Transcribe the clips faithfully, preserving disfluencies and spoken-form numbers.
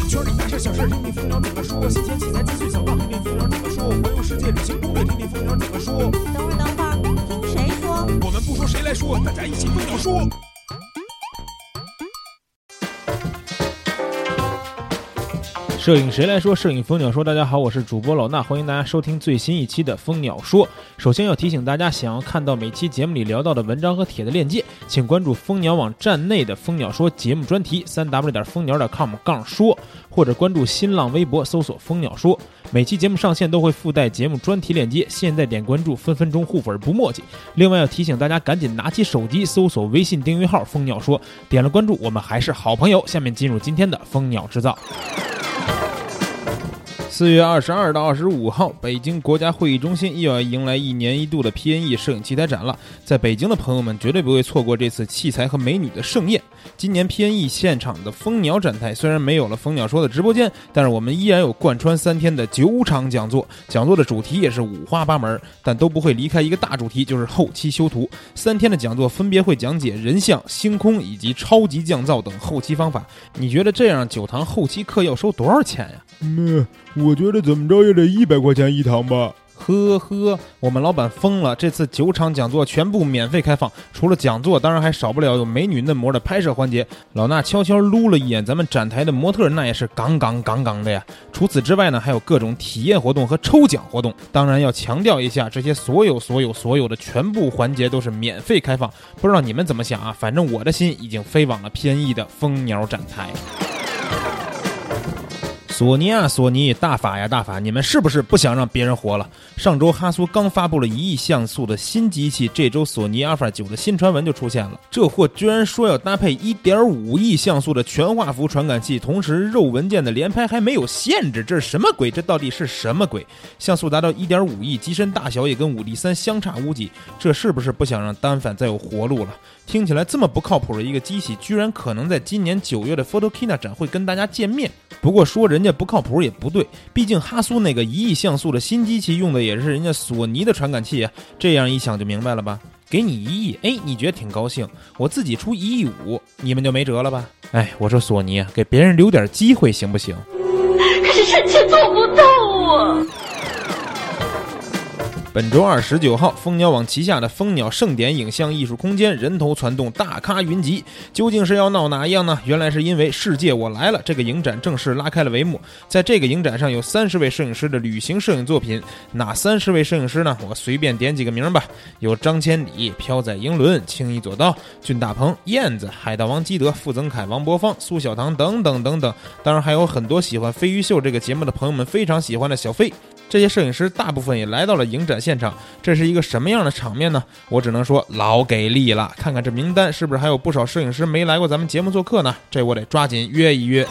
圈里大事小事听听蜂鸟怎么说，新鲜器材资讯小道听听蜂鸟怎么说，环游世界旅行攻略听听蜂鸟怎么说。 等会儿等会儿，听谁说？ 我们不说谁来说，大家一起蜂鸟说。 摄影谁来说？摄影蜂鸟说。大家好，我是主播老衲，欢迎大家收听最新一期的蜂鸟说。首先要提醒大家，想要看到每期节目里聊到的文章和帖的链接，请关注蜂鸟网站内的蜂鸟说节目专题 三 w 点蜂鸟点 com 杠说，或者关注新浪微博搜索蜂鸟说。每期节目上线都会附带节目专题链接，现在点关注，分分钟互粉不墨迹。另外要提醒大家，赶紧拿起手机搜索微信订阅号蜂鸟说，点了关注，我们还是好朋友。下面进入今天的蜂鸟制造。四月二十二到二十五号，北京国家会议中心又要迎来一年一度的 P N E 摄影器材展了。在北京的朋友们绝对不会错过这次器材和美女的盛宴。今年 P N E 现场的蜂鸟展台虽然没有了蜂鸟说的直播间，但是我们依然有贯穿三天的九场讲座，讲座的主题也是五花八门，但都不会离开一个大主题，就是后期修图。三天的讲座分别会讲解人像、星空以及超级降噪等后期方法。你觉得这样九堂后期课要收多少钱呀？ 嗯，我觉得怎么着也得一百块钱一堂吧。 呵呵，我们老板疯了，这次九场讲座全部免费开放，除了讲座，当然还少不了有美女嫩模的拍摄环节。老衲悄悄撸了一眼咱们展台的模特，那也是杠杠杠杠的呀。除此之外呢，还有各种体验活动和抽奖活动。当然要强调一下，这些所有所有所有的全部环节都是免费开放。不知道你们怎么想啊？反正我的心已经飞往了 P N E 的蜂鸟展台。索尼啊索尼，大法呀大法，你们是不是不想让别人活了？上周哈苏刚发布了一亿像素的新机器，这周索尼 Alpha 九的新传闻就出现了，这货居然说要搭配 一点五亿像素的全画幅传感器，同时肉文件的连拍还没有限制，这是什么鬼？这到底是什么鬼？像素达到 一点五亿，机身大小也跟五 D 三相差无几，这是不是不想让单反再有活路了？听起来这么不靠谱的一个机器，居然可能在今年九月的 Photokina 展会跟大家见面。不过说人家不靠谱也不对，毕竟哈苏那个一亿像素的新机器用的也是人家索尼的传感器啊，这样一想就明白了吧？给你一亿，哎，你觉得挺高兴，我自己出一亿五，你们就没辙了吧？哎，我说索尼啊，给别人留点机会行不行？ 可是臣妾做不到啊。 本周二十九号，蜂鸟网旗下的蜂鸟盛典影像艺术空间人头攒动，大咖云集，究竟是要闹哪样呢？原来是因为世界我来了这个影展正式拉开了帷幕。在这个影展上有三十位摄影师的旅行摄影作品，哪三十位摄影师呢？我随便点几个名吧，有张千里、飘载英伦、青衣左道、俊大鹏、燕子、海盗王基德、傅增凯、王博芳、苏小棠等等等等。当然还有很多喜欢飞鱼秀这个节目的朋友们非常喜欢的小飞。这些摄影师大部分也来到了影展现场，这是一个什么样的场面呢？我只能说老给力了。看看这名单，是不是还有不少摄影师没来过咱们节目做客呢？这我得抓紧约一约。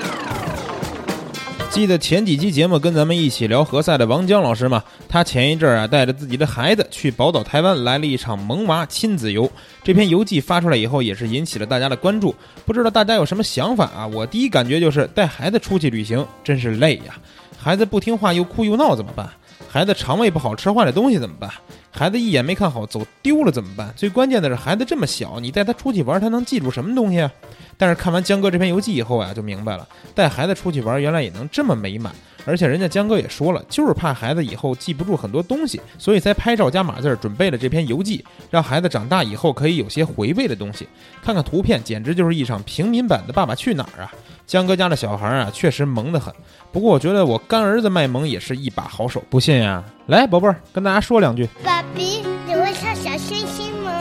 记得前几期节目跟咱们一起聊何塞的王江老师嘛，他前一阵啊带着自己的孩子去宝岛台湾来了一场萌娃亲子游。这篇游记发出来以后也是引起了大家的关注，不知道大家有什么想法啊？我第一感觉就是带孩子出去旅行真是累呀，孩子不听话又哭又闹怎么办？孩子肠胃不好吃坏的东西怎么办？孩子一眼没看好走丢了怎么办？最关键的是孩子这么小，你带他出去玩他能记住什么东西啊？但是看完江哥这篇游记以后啊，就明白了，带孩子出去玩原来也能这么美满。而且人家江哥也说了，就是怕孩子以后记不住很多东西，所以才拍照加码字准备了这篇游记，让孩子长大以后可以有些回味的东西。看看图片，简直就是一场平民版的爸爸去哪儿啊！江哥家的小孩啊，确实萌得很。不过我觉得我干儿子卖萌也是一把好手，不信呀？来，宝贝儿，跟大家说两句。 爸比，你会唱小星星吗？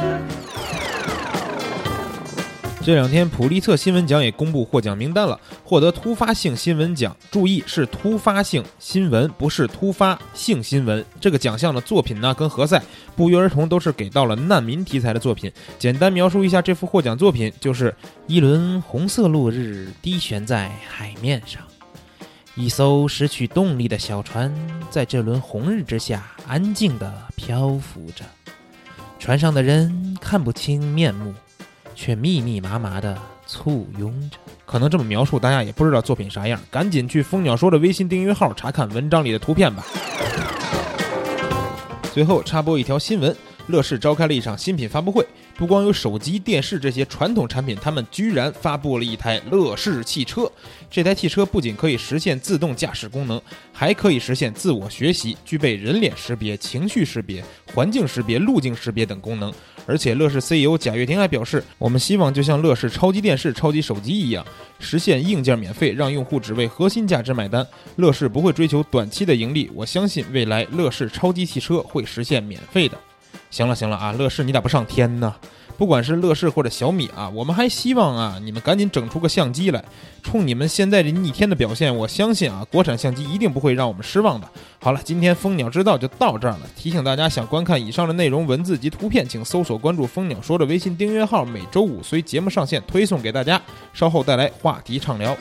这两天普利策新闻奖也公布获奖名单了，获得突发性新闻奖，注意是突发性新闻，不是突发性新闻。这个奖项的作品呢，跟何塞不约而同都是给到了难民题材的作品。简单描述一下这幅获奖作品，就是一轮红色落日低悬在海面上，一艘失去动力的小船在这轮红日之下安静地漂浮着，船上的人看不清面目，却密密麻麻地簇拥着。可能这么描述大家也不知道作品啥样，赶紧去蜂鸟说的微信订阅号查看文章里的图片吧。最后插播一条新闻，乐视召开了一场新品发布会， 不光有手机、电视这些传统产品，他们居然发布了一台乐视汽车。这台汽车不仅可以实现自动驾驶功能，还可以实现自我学习，具备人脸识别、情绪识别、环境识别、路径识别等功能。而且乐视 C E O 贾跃亭还表示，我们希望就像乐视超级电视、超级手机一样，实现硬件免费，让用户只为核心价值买单。乐视不会追求短期的盈利，我相信未来乐视超级汽车会实现免费的。行了行了啊，乐视你咋不上天呢？不管是乐视或者小米啊，我们还希望啊你们赶紧整出个相机来。冲你们现在这逆天的表现，我相信啊国产相机一定不会让我们失望的。好了，今天蜂鸟之道就到这儿了。提醒大家，想观看以上的内容文字及图片，请搜索关注蜂鸟说的微信订阅号，每周五随节目上线推送给大家。稍后带来话题畅聊。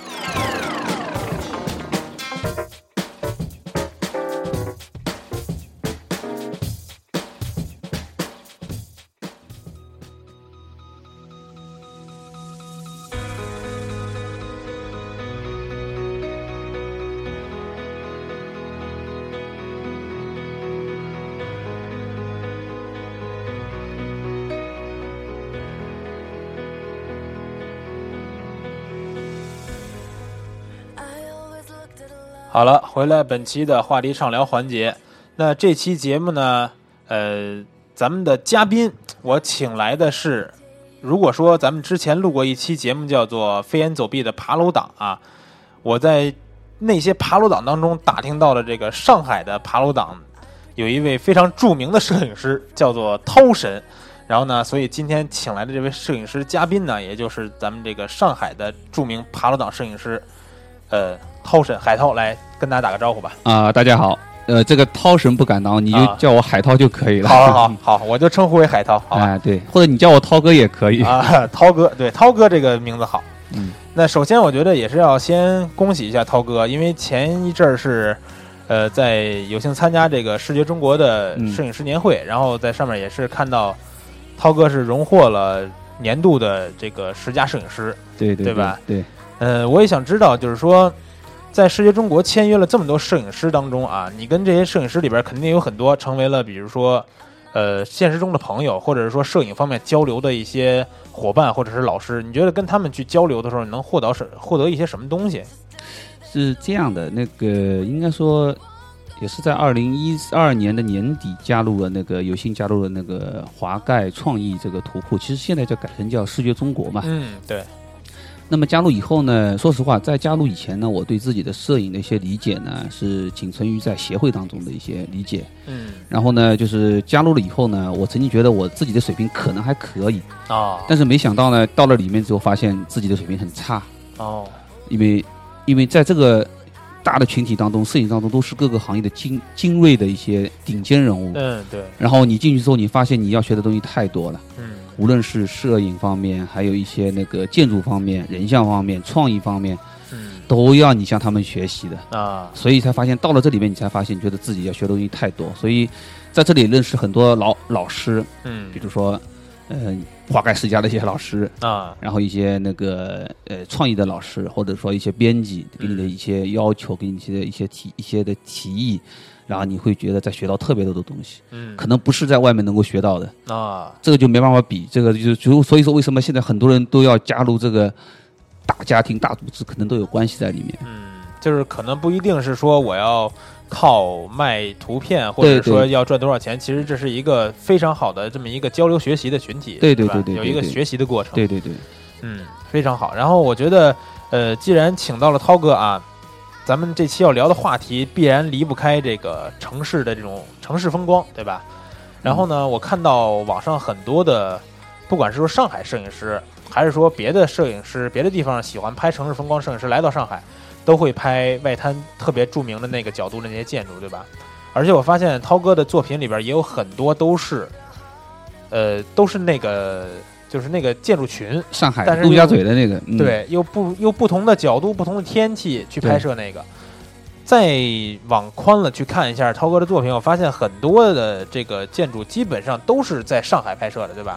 好了，回来本期的话题畅聊环节。那这期节目呢，呃，咱们的嘉宾我请来的是，如果说咱们之前录过一期节目叫做《飞檐走壁的爬楼党》啊，我在那些爬楼党当中打听到了这个上海的爬楼党有一位非常著名的摄影师，叫做涛神。然后呢，所以今天请来的这位摄影师嘉宾呢，也就是咱们这个上海的著名爬楼党摄影师，呃。涛神海涛来跟大家打个招呼吧。 啊、呃，大家好，呃，这个涛神不敢当，你就叫我海涛就可以了。 啊、好好好，我就称呼为海涛。好吧， 哎，对，或者你叫我涛哥也可以啊。涛哥，对，涛哥这个名字好。 嗯， 那首先我觉得也是要先恭喜一下涛哥，因为前一阵儿是，呃，在有幸参加这个视觉中国的摄影师年会，嗯、然后在上面也是看到涛哥是荣获了年度的这个十佳摄影师， 对对对吧？ 对。 呃，我也想知道，就是说。在视觉中国签约了这么多摄影师当中啊，你跟这些摄影师里边肯定有很多成为了比如说呃现实中的朋友，或者是说摄影方面交流的一些伙伴或者是老师，你觉得跟他们去交流的时候，你能获得什获得一些什么东西？ 是这样的，那个应该说也是在二零一二年的年底加入了那个有幸加入了那个华盖创意这个图库，其实现在就改成叫视觉中国嘛。 嗯，对。 那么加入以后呢，说实话，在加入以前呢，我对自己的摄影的一些理解呢，是仅存于在协会当中的一些理解。 嗯。然后呢，就是加入了以后呢，我曾经觉得我自己的水平可能还可以啊、哦， 但是没想到呢，到了里面之后发现自己的水平很差。 哦。 因为，因为在这个大的群体当中，摄影当中都是各个行业的精精锐的一些顶尖人物。 嗯，对。 然后你进去之后，你发现你要学的东西太多了。 嗯。 无论是摄影方面，还有一些那个建筑方面、人像方面、创意方面， 嗯， 都要你向他们学习的啊。 所以才发现到了这里面，你才发现觉得自己要学的东西太多。所以在这里认识很多老老师， 嗯， 比如说，呃，华盖世家的一些老师啊， 然后一些那个呃创意的老师，或者说一些编辑给你的一些要求，给你一些一些提一些的提议。然后你会觉得在学到特别多的东西， 嗯， 可能不是在外面能够学到的啊， 这个就没办法比，这个就就所以说为什么现在很多人都要加入这个大家庭大组织，可能都有关系在里面。 嗯，就是可能不一定是说我要靠卖图片，或者说要赚多少钱，其实这是一个非常好的这么一个交流学习的群体， 对对对对， 有一个学习的过程， 对对对， 嗯，非常好。然后我觉得，呃，既然请到了涛哥啊。咱们这期要聊的话题必然离不开这个城市的这种城市风光，对吧？然后呢，我看到网上很多的，不管是说上海摄影师，还是说别的摄影师，别的地方喜欢拍城市风光摄影师来到上海，都会拍外滩特别著名的那个角度的那些建筑，对吧？而且我发现涛哥的作品里边也有很多都是，呃，都是那个。就是那个建筑群， 上海陆家嘴的那个， 嗯、对，又不又不同的角度、不同的天气去拍摄那个。再往宽了去看一下涛哥的作品，我发现很多的这个建筑基本上都是在上海拍摄的，对吧？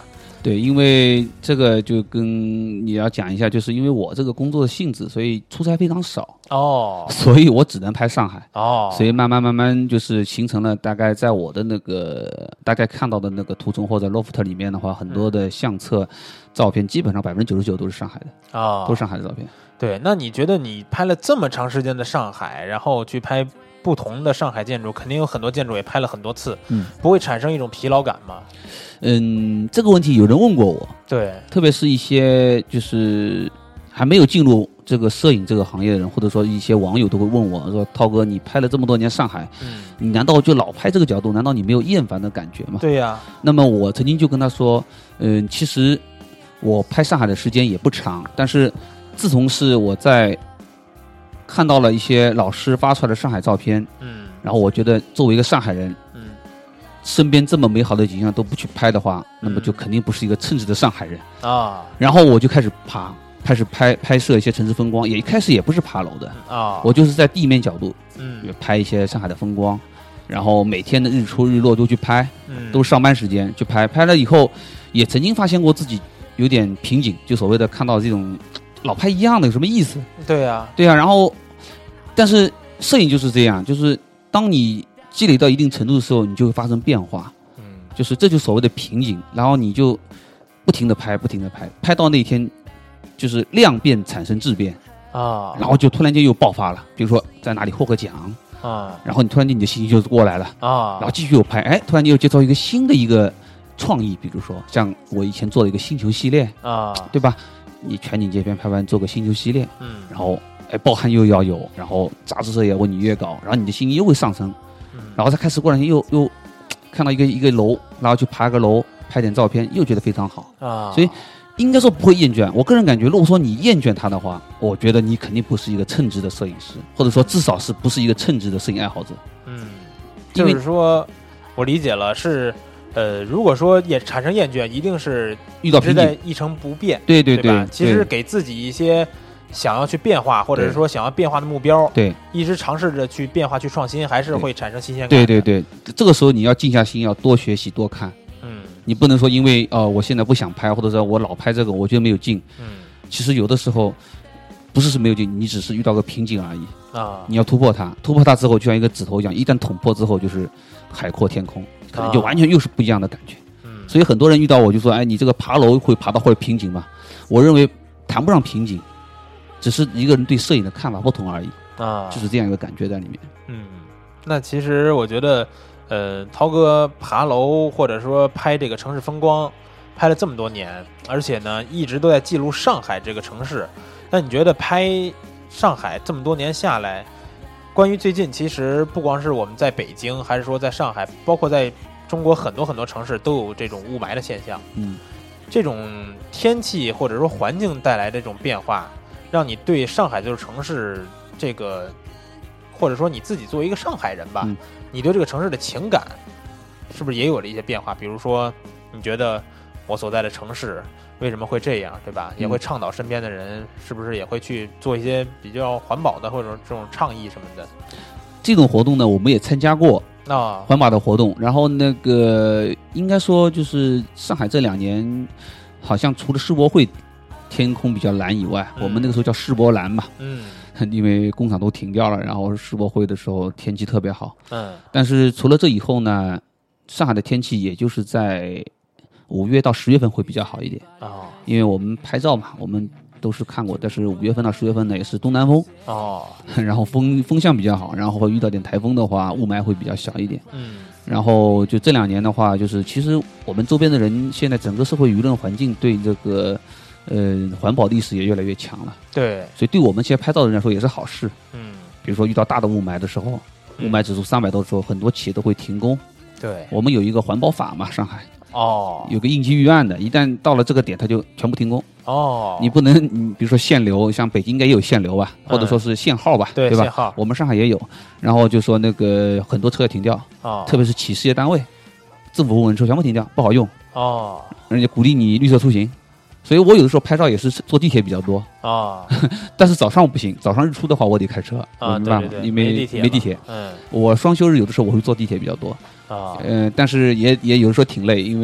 对，因为这个就跟你要讲一下，就是因为我这个工作的性质，所以出差非常少哦， 所以我只能拍上海哦， 所以慢慢慢慢就是形成了大概在我的那个大概看到的那个图中或者 loft 里面的话，很多的相册、照片基本上百分之九十九都是上海的啊、哦， 都是上海的照片。 对，那你觉得你拍了这么长时间的上海，然后去拍不同的上海建筑，肯定有很多建筑也拍了很多次， 嗯， 不会产生一种疲劳感吗？ 嗯，这个问题有人问过我， 对， 特别是一些就是还没有进入这个摄影这个行业的人，或者说一些网友都会问我说：“涛哥，你拍了这么多年上海， 嗯， 你难道就老拍这个角度？难道你没有厌烦的感觉吗？” 对呀。 那么我曾经就跟他说：“嗯、呃，其实我拍上海的时间也不长，但是自从是我在看到了一些老师发出来的上海照片， 嗯， 然后我觉得作为一个上海人， 嗯， 身边这么美好的景象都不去拍的话，那么就肯定不是一个称职的上海人啊。 然后我就开始爬，开始拍拍摄一些城市风光，也一开始也不是爬楼的啊， 我就是在地面角度， 嗯， 拍一些上海的风光，然后每天的日出日落都去拍， 嗯， 都是上班时间去拍，拍了以后也曾经发现过自己有点瓶颈，就所谓的看到这种老拍一样的有什么意思？ 对呀、啊， 对啊，然后但是摄影就是这样，就是当你积累到一定程度的时候，你就会发生变化， 嗯， 就是这就所谓的瓶颈，然后你就不停的拍，不停的拍，拍到那天就是量变产生质变啊， 然后就突然间又爆发了，比如说在哪里获个奖啊， 然后你突然间你的心情就过来了啊， 然后继续又拍，哎，突然间又接到一个新的一个创意，比如说像我以前做的一个星球系列啊， 对吧？你全景街边拍完做个星球系列， 嗯， 然后哎报刊又要有，然后杂志社也问你约稿，然后你的心情又会上升， 嗯， 然后再开始过两天又又看到一个一个楼，然后去爬个楼拍点照片，又觉得非常好啊， 所以应该说不会厌倦。我个人感觉，如果说你厌倦它的话，我觉得你肯定不是一个称职的摄影师，或者说至少是不是一个称职的摄影爱好者。 嗯，就是说我理解了是。呃，如果说也产生厌倦，一定是遇到瓶颈， 在一成不变， 对对对, 对吧？其实给自己一些想要去变化，或者是说想要变化的目标， 对， 一直尝试着去变化、去创新，还是会产生新鲜感。 对对对，这个时候你要静下心，要多学习、多看。 嗯， 你不能说因为呃我现在不想拍，或者说我老拍这个，我觉得没有劲。 嗯， 其实有的时候不是是没有劲，你只是遇到个瓶颈而已啊。 你要突破它，突破它之后，就像一个指头一样，一旦捅破之后，就是海阔天空，可能就完全又是不一样的感觉。所以很多人遇到我就说，哎，你这个爬楼会爬到会瓶颈吗？我认为谈不上瓶颈，只是一个人对摄影的看法不同而已啊， 就是这样一个感觉在里面。 嗯，那其实我觉得，呃，涛哥爬楼或者说拍这个城市风光，拍了这么多年，而且呢一直都在记录上海这个城市。那你觉得拍上海这么多年下来，关于最近其实不光是我们在北京，还是说在上海，包括在中国很多很多城市都有这种雾霾的现象， 嗯， 这种天气或者说环境带来的这种变化，让你对上海这座城市这个，或者说你自己作为一个上海人吧， 嗯、 你对这个城市的情感是不是也有了一些变化？比如说，你觉得我所在的城市为什么会这样，对吧？也会倡导身边的人是不是也会去做一些比较环保的或者这种倡议什么的？ 这种活动呢，我们也参加过。 啊， 环保的活动，然后那个应该说就是上海这两年，好像除了世博会天空比较蓝以外，嗯、我们那个时候叫世博蓝嘛， 嗯， 因为工厂都停掉了，然后世博会的时候天气特别好， 嗯， 但是除了这以后呢，上海的天气也就是在五月到十月份会比较好一点哦， 因为我们拍照嘛，我们都是看过，但是五月份到十月份呢也是东南风哦， 然后风风向比较好，然后会遇到点台风的话，雾霾会比较小一点。 嗯， 然后就这两年的话，就是其实我们周边的人现在整个社会舆论环境对这个呃环保的意识也越来越强了。对，所以对我们现在拍照的人来说也是好事。 嗯， 比如说遇到大的雾霾的时候，雾霾指数三百多的时候，很多企业都会停工。 对， 我们有一个环保法嘛，上海。 哦， 有个应急预案的，一旦到了这个点，它就全部停工。 哦， 你不能，你比如说限流，像北京应该也有限流吧， 嗯、 或者说是限号吧， 对, 对吧？ 限号， 我们上海也有。然后就说那个很多车要停掉， 哦， 特别是企事业单位、政府部门车全部停掉，不好用。 哦， 人家鼓励你绿色出行，所以我有的时候拍照也是坐地铁比较多。 哦， 但是早上不行，早上日出的话我得开车， 啊， 没办法，因为没地铁， 没地铁。 嗯， 我双休日有的时候我会坐地铁比较多。 啊， 呃，但是也也有的时候挺累，因为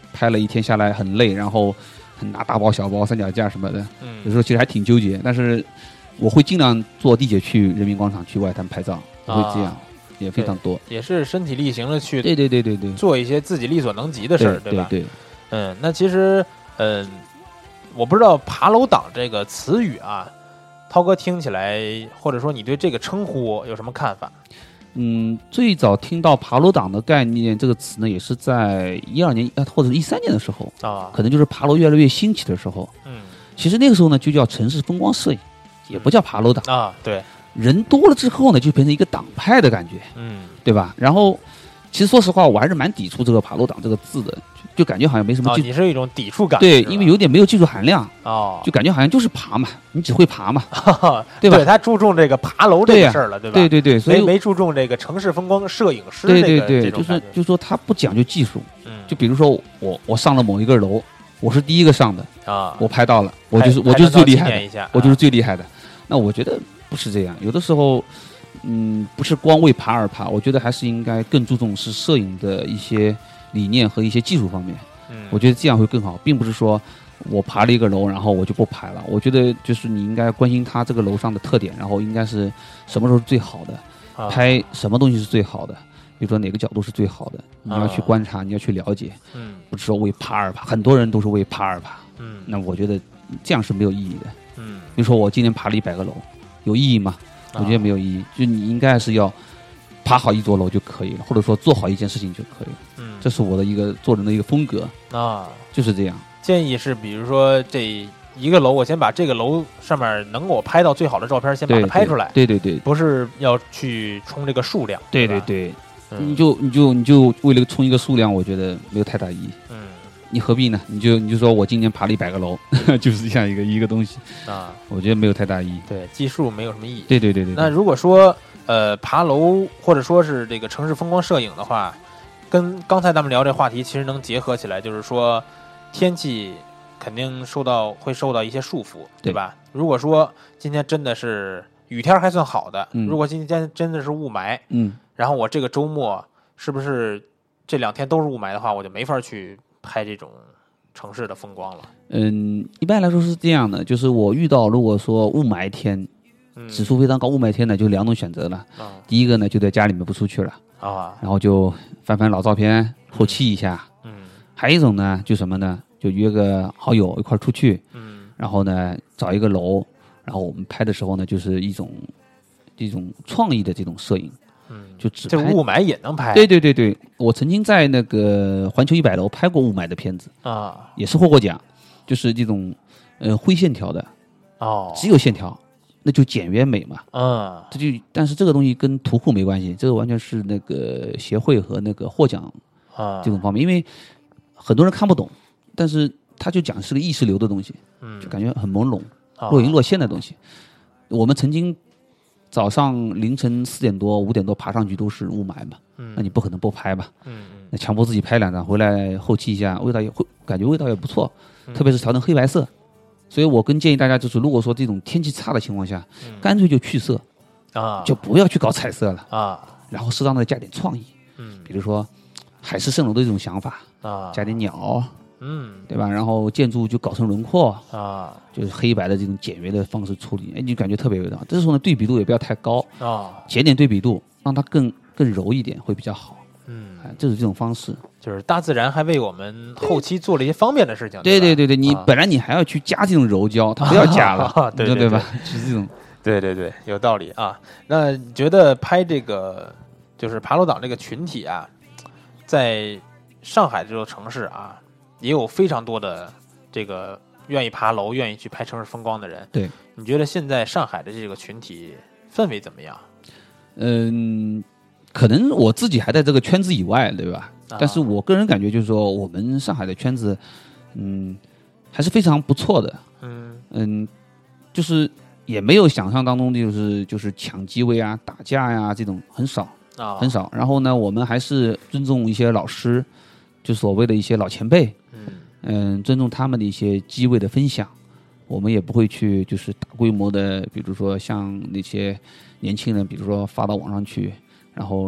拍了一天下来很累，然后拿大包小包三脚架什么的， 嗯， 有时候其实还挺纠结，但是我会尽量坐地铁去人民广场去外滩拍照，我会这样， 啊、 也非常多， 也是身体力行的去， 对对对对对， 做一些自己力所能及的事儿， 对吧？ 对对， 嗯，那其实，嗯，我不知道爬楼党这个词语啊，涛哥听起来，或者说你对这个称呼有什么看法？ 嗯，最早听到爬楼党的概念这个词呢，也是在一二年或者一三年的时候啊， 可能就是爬楼越来越兴起的时候。 嗯， 其实那个时候呢，就叫城市风光摄影，也不叫爬楼党啊。对， 人多了之后呢，就变成一个党派的感觉， 嗯， 对吧？然后，其实说实话，我还是蛮抵触这个爬楼党这个字的，就就感觉好像没什么技术。 哦，你是一种抵触感， 对，因为有点没有技术含量。 哦， 就感觉好像就是爬嘛，你只会爬嘛，对吧？ 对，他注重这个爬楼这个事儿了，对吧？ 对对对，所以没没注重这个城市风光摄影师对这个对对， 这种就是就是说他不讲究技术， 嗯， 就比如说我我上了某一个楼，我是第一个上的啊， 我拍到了，我就是我就是最厉害的， 啊、 我就是最厉害的。那我觉得不是这样，有的时候，嗯，不是光为爬而爬，我觉得还是应该更注重是摄影的一些理念和一些技术方面。 嗯， 我觉得这样会更好，并不是说我爬了一个楼，然后我就不拍了。我觉得就是你应该关心它这个楼上的特点，然后应该是什么时候是最好的， 啊、 拍什么东西是最好的，比如说哪个角度是最好的，你要去观察，啊、你要去了解， 嗯， 不是说为爬而爬，很多人都是为爬而爬， 嗯， 那我觉得这样是没有意义的， 嗯， 比如说我今年爬了一百个楼，有意义吗？我觉得没有意义，就你应该是要爬好一座楼就可以了，或者说做好一件事情就可以了。 嗯， 这是我的一个做人的一个风格啊， 就是这样。 建议是，比如说这一个楼，我先把这个楼上面能给我拍到最好的照片，先把它拍出来。 对对 对, 对， 不是要去冲这个数量。 对对对， 嗯、 你就你就你就为了冲一个数量，我觉得没有太大意义。 嗯。 你何必呢？你就你就说我今年爬了一百个楼，就是这样一个一个东西啊， 我觉得没有太大意义。 对，计数没有什么意义。 对对对 对, 对。 那如果说呃爬楼或者说是这个城市风光摄影的话，跟刚才咱们聊这话题其实能结合起来，就是说天气肯定受到会受到一些束缚，对吧？对，如果说今天真的是雨天还算好的， 嗯、 如果今天真的是雾霾， 嗯， 然后我这个周末是不是这两天都是雾霾的话，我就没法去拍这种城市的风光了。 嗯，一般来说是这样的，就是我遇到如果说雾霾天，嗯、指数非常高雾霾天呢，就两种选择了。嗯、第一个呢，就在家里面不出去了啊，然后就翻翻老照片，后期一下。嗯，还有一种呢，就什么呢？就约个好友一块儿出去。嗯，然后呢，找一个楼，然后我们拍的时候呢，就是一种一种创意的这种摄影。 嗯， 就只这雾霾也能拍。 对对对对，我曾经在那个环球一百楼拍过雾霾的片子啊， 也是获过奖，就是这种呃灰线条的哦， 只有线条，那就简约美嘛。 嗯， 这就但是这个东西跟图库没关系，这个完全是那个协会和那个获奖啊这种方面，因为很多人看不懂，但是他就讲是个意识流的东西，嗯，就感觉很朦胧、 啊、 若隐若现的东西。我们曾经。早上凌晨四点多、五点多爬上去都是雾霾嘛，嗯，那你不可能不拍吧？ 嗯嗯， 那强迫自己拍两张，回来后期一下，味道也会感觉味道也不错，嗯、特别是调成黑白色。所以我更建议大家就是，如果说这种天气差的情况下，嗯、干脆就去色啊， 就不要去搞彩色了啊， 然后适当的加点创意， 嗯， 比如说海市蜃楼的这种想法啊， 加点鸟。 嗯， 对吧？然后建筑就搞成轮廓啊， 就是黑白的这种简约的方式处理，哎，你感觉特别有味道。这时候呢，对比度也不要太高啊， 减点对比度，让它更更柔一点会比较好。 嗯， 哎，就是这种方式， 就是大自然还为我们后期做了一些方便的事情。 对对对对，你啊、 本来你还要去加这种柔焦，它不要加了， 啊、对对 对, 对吧？就是这种， 对对对，有道理啊。那你觉得拍这个就是爬楼党这个群体啊，在上海这座城市啊？也有非常多的这个愿意爬楼、愿意去拍城市风光的人。 对， 你觉得现在上海的这个群体氛围怎么样？ 嗯，可能我自己还在这个圈子以外，对吧？ 啊、 但是我个人感觉就是说，我们上海的圈子，嗯，还是非常不错的。 嗯嗯，就是也没有想象当中的就是就是抢机位啊、打架呀、啊、这种很少啊， 很少。然后呢，我们还是尊重一些老师。就所谓的一些老前辈，嗯嗯，尊重他们的一些机位的分享，我们也不会去就是大规模的，比如说像那些年轻人，比如说发到网上去，然后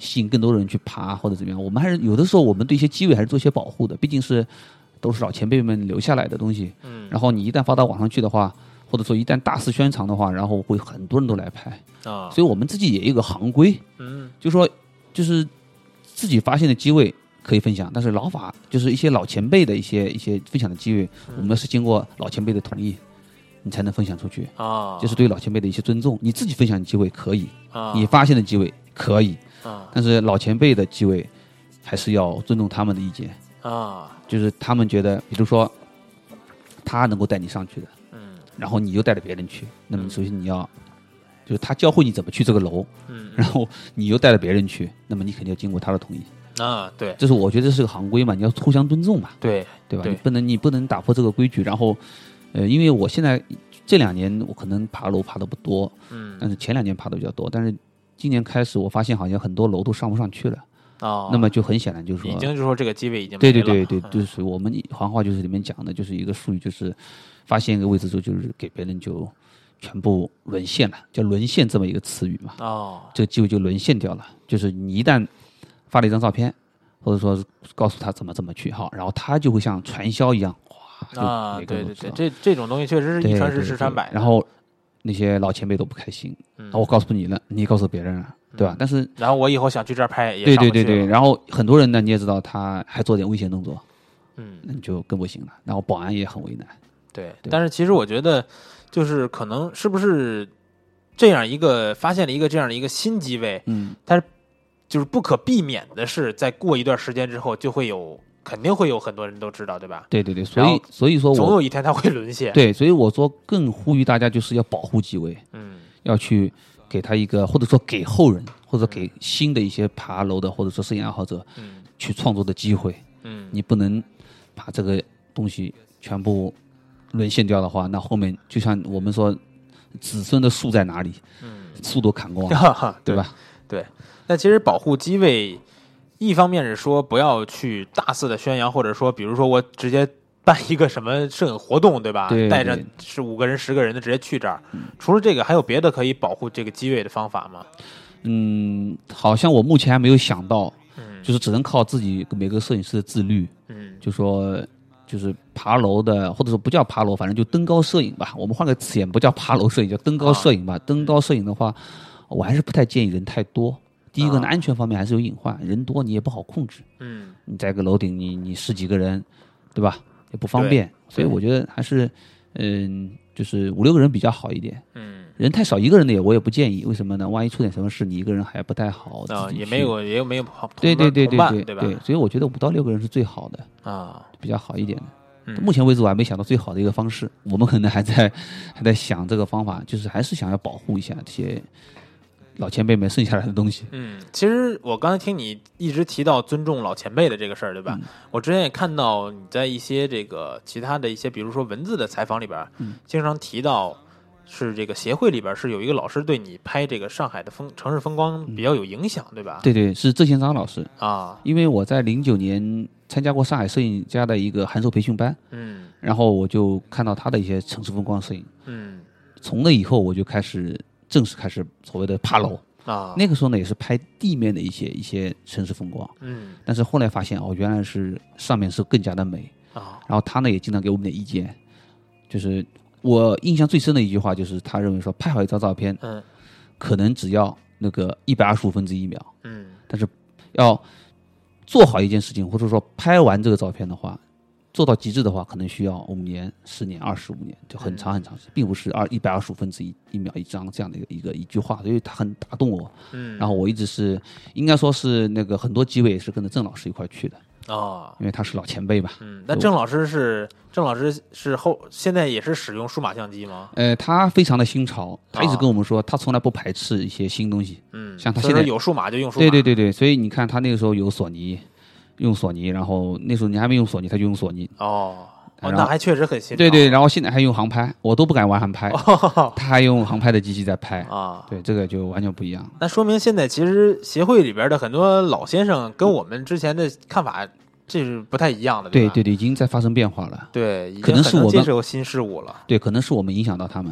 吸引更多人去爬或者怎么样。我们还是有的时候我们对一些机位还是做一些保护的，毕竟是都是老前辈们留下来的东西。 嗯， 然后你一旦发到网上去的话，或者说一旦大肆宣传的话，然后会很多人都来拍啊， 所以我们自己也有一个行规， 嗯， 就说就是自己发现的机位可以分享，但是老法就是一些老前辈的一些一些分享的机位， 嗯、 我们是经过老前辈的同意，你才能分享出去啊， 就是对老前辈的一些尊重。你自己分享的机位可以， 啊， 你发现的机位可以， 啊， 但是老前辈的机位还是要尊重他们的意见啊， 就是他们觉得，比如说他能够带你上去的， 嗯， 然后你又带着别人去，那么首先你要。就是他教会你怎么去这个楼， 嗯， 然后你又带着别人去，那么你肯定要经过他的同意啊，对， 这是我觉得是个行规嘛，你要互相尊重嘛， 对对吧？ 对你不能你不能打破这个规矩，然后，呃，因为我现在这两年我可能爬楼爬的不多， 嗯， 但是前两年爬的比较多，但是今年开始我发现好像很多楼都上不上去了， 哦， 那么就很显然就是说， 已经就是说这个机位已经对没了对对对，就是属于我们行话就是里面讲的，就是一个术语，就是发现一个位置之后，就是给别人就。全部沦陷了，叫沦陷这么一个词语嘛。 哦， 这个机会就沦陷掉了。就是你一旦发了一张照片，或者说告诉他怎么怎么去好，然后他就会像传销一样，哇， 啊，对对对，这这种东西确实是一传十，十传百。 然后那些老前辈都不开心， 嗯、 我告诉你了，你也告诉别人了，对吧？ 嗯、 但是然后我以后想去这儿拍也对对对对，然后很多人呢，你也知道，他还做点危险动作， 嗯， 那你就更不行了。然后保安也很为难。 对，但是其实我觉得。就是可能是不是这样一个发现了一个这样的一个新机位， 嗯， 但是就是不可避免的是，在过一段时间之后，就会有肯定会有很多人都知道，对吧？ 对对对，所以所以说我总有一天它会沦陷。 对，所以我说更呼吁大家就是要保护机位， 嗯， 要去给他一个或者说给后人或者给新的一些爬楼的或者说摄影爱好者， 嗯， 去创作的机会， 嗯， 你不能把这个东西全部。沦陷掉的话，那后面就像我们说，子孙的树在哪里？嗯，树都砍光了，对吧？ 对。那其实保护机位，一方面是说不要去大肆的宣扬，或者说，比如说我直接办一个什么摄影活动，对吧？ 对， 带着是五个人、十个人的直接去这儿。嗯、除了这个，还有别的可以保护这个机位的方法吗？ 嗯，好像我目前还没有想到， 嗯， 就是只能靠自己每个摄影师的自律。 嗯， 就说。就是爬楼的，或者说不叫爬楼，反正就登高摄影吧。我们换个词眼，不叫爬楼摄影，叫登高摄影吧。啊、登高摄影的话，我还是不太建议人太多。第一个呢，啊、安全方面还是有隐患，人多你也不好控制。 嗯， 你在一个楼顶，你你十几个人，对吧？也不方便。所以我觉得还是，嗯，就是五六个人比较好一点。 嗯， 人太少，一个人的也我也不建议。为什么呢？万一出点什么事，你一个人还不太好。 啊，也没有，也有没有好。 对对对对对对吧？ 对，所以我觉得五到六个人是最好的啊。 比较好一点的， 嗯、 目前为止我还没想到最好的一个方式，我们可能还在还在想这个方法，就是还是想要保护一下这些老前辈们剩下来的东西。 嗯，其实我刚才听你一直提到尊重老前辈的这个事儿，对吧？嗯、我之前也看到你在一些这个其他的一些，比如说文字的采访里边， 嗯、 经常提到。是这个协会里边是有一个老师对你拍这个上海的风城市风光比较有影响， 嗯、 对吧？ 对对，是郑宪章老师啊。 因为我在零九年参加过上海摄影家的一个函授培训班， 嗯， 然后我就看到他的一些城市风光摄影， 嗯， 从那以后我就开始正式开始所谓的爬楼啊。 那个时候呢也是拍地面的一些一些城市风光， 嗯， 但是后来发现哦，原来是上面是更加的美啊。 然后他呢也经常给我们点意见，就是。我印象最深的一句话就是，他认为说拍好一张照片， 嗯， 可能只要那个一百二十五分之一秒， 嗯， 但是要做好一件事情，或者说拍完这个照片的话，做到极致的话，可能需要五年、十年、二十五年，就很长很长时间，并不是二一百二十五分之一一秒一张这样的一个一个一句话，所以他很打动我。 嗯， 然后我一直是应该说是那个很多机位也是跟着郑老师一块去的。 哦， 因为他是老前辈吧。 嗯，那郑老师是郑老师是后现在也是使用数码相机吗？ 呃，他非常的新潮，他一直跟我们说，他从来不排斥一些新东西。 嗯， 像他现在有数码就用数码。 对对对对，所以你看他那个时候有索尼，用索尼，然后那时候你还没用索尼，他就用索尼。 哦，哦那还确实很新潮。 对对，然后现在还用航拍，我都不敢玩航拍， 哦、 他还用航拍的机器在拍啊。 对，这个就完全不一样。 那说明现在其实协会里边的很多老先生跟我们之前的看法。这是不太一样的， 对对对，已经在发生变化了。 对， 可能是我们接受新事物了。 对，可能是我们影响到他们，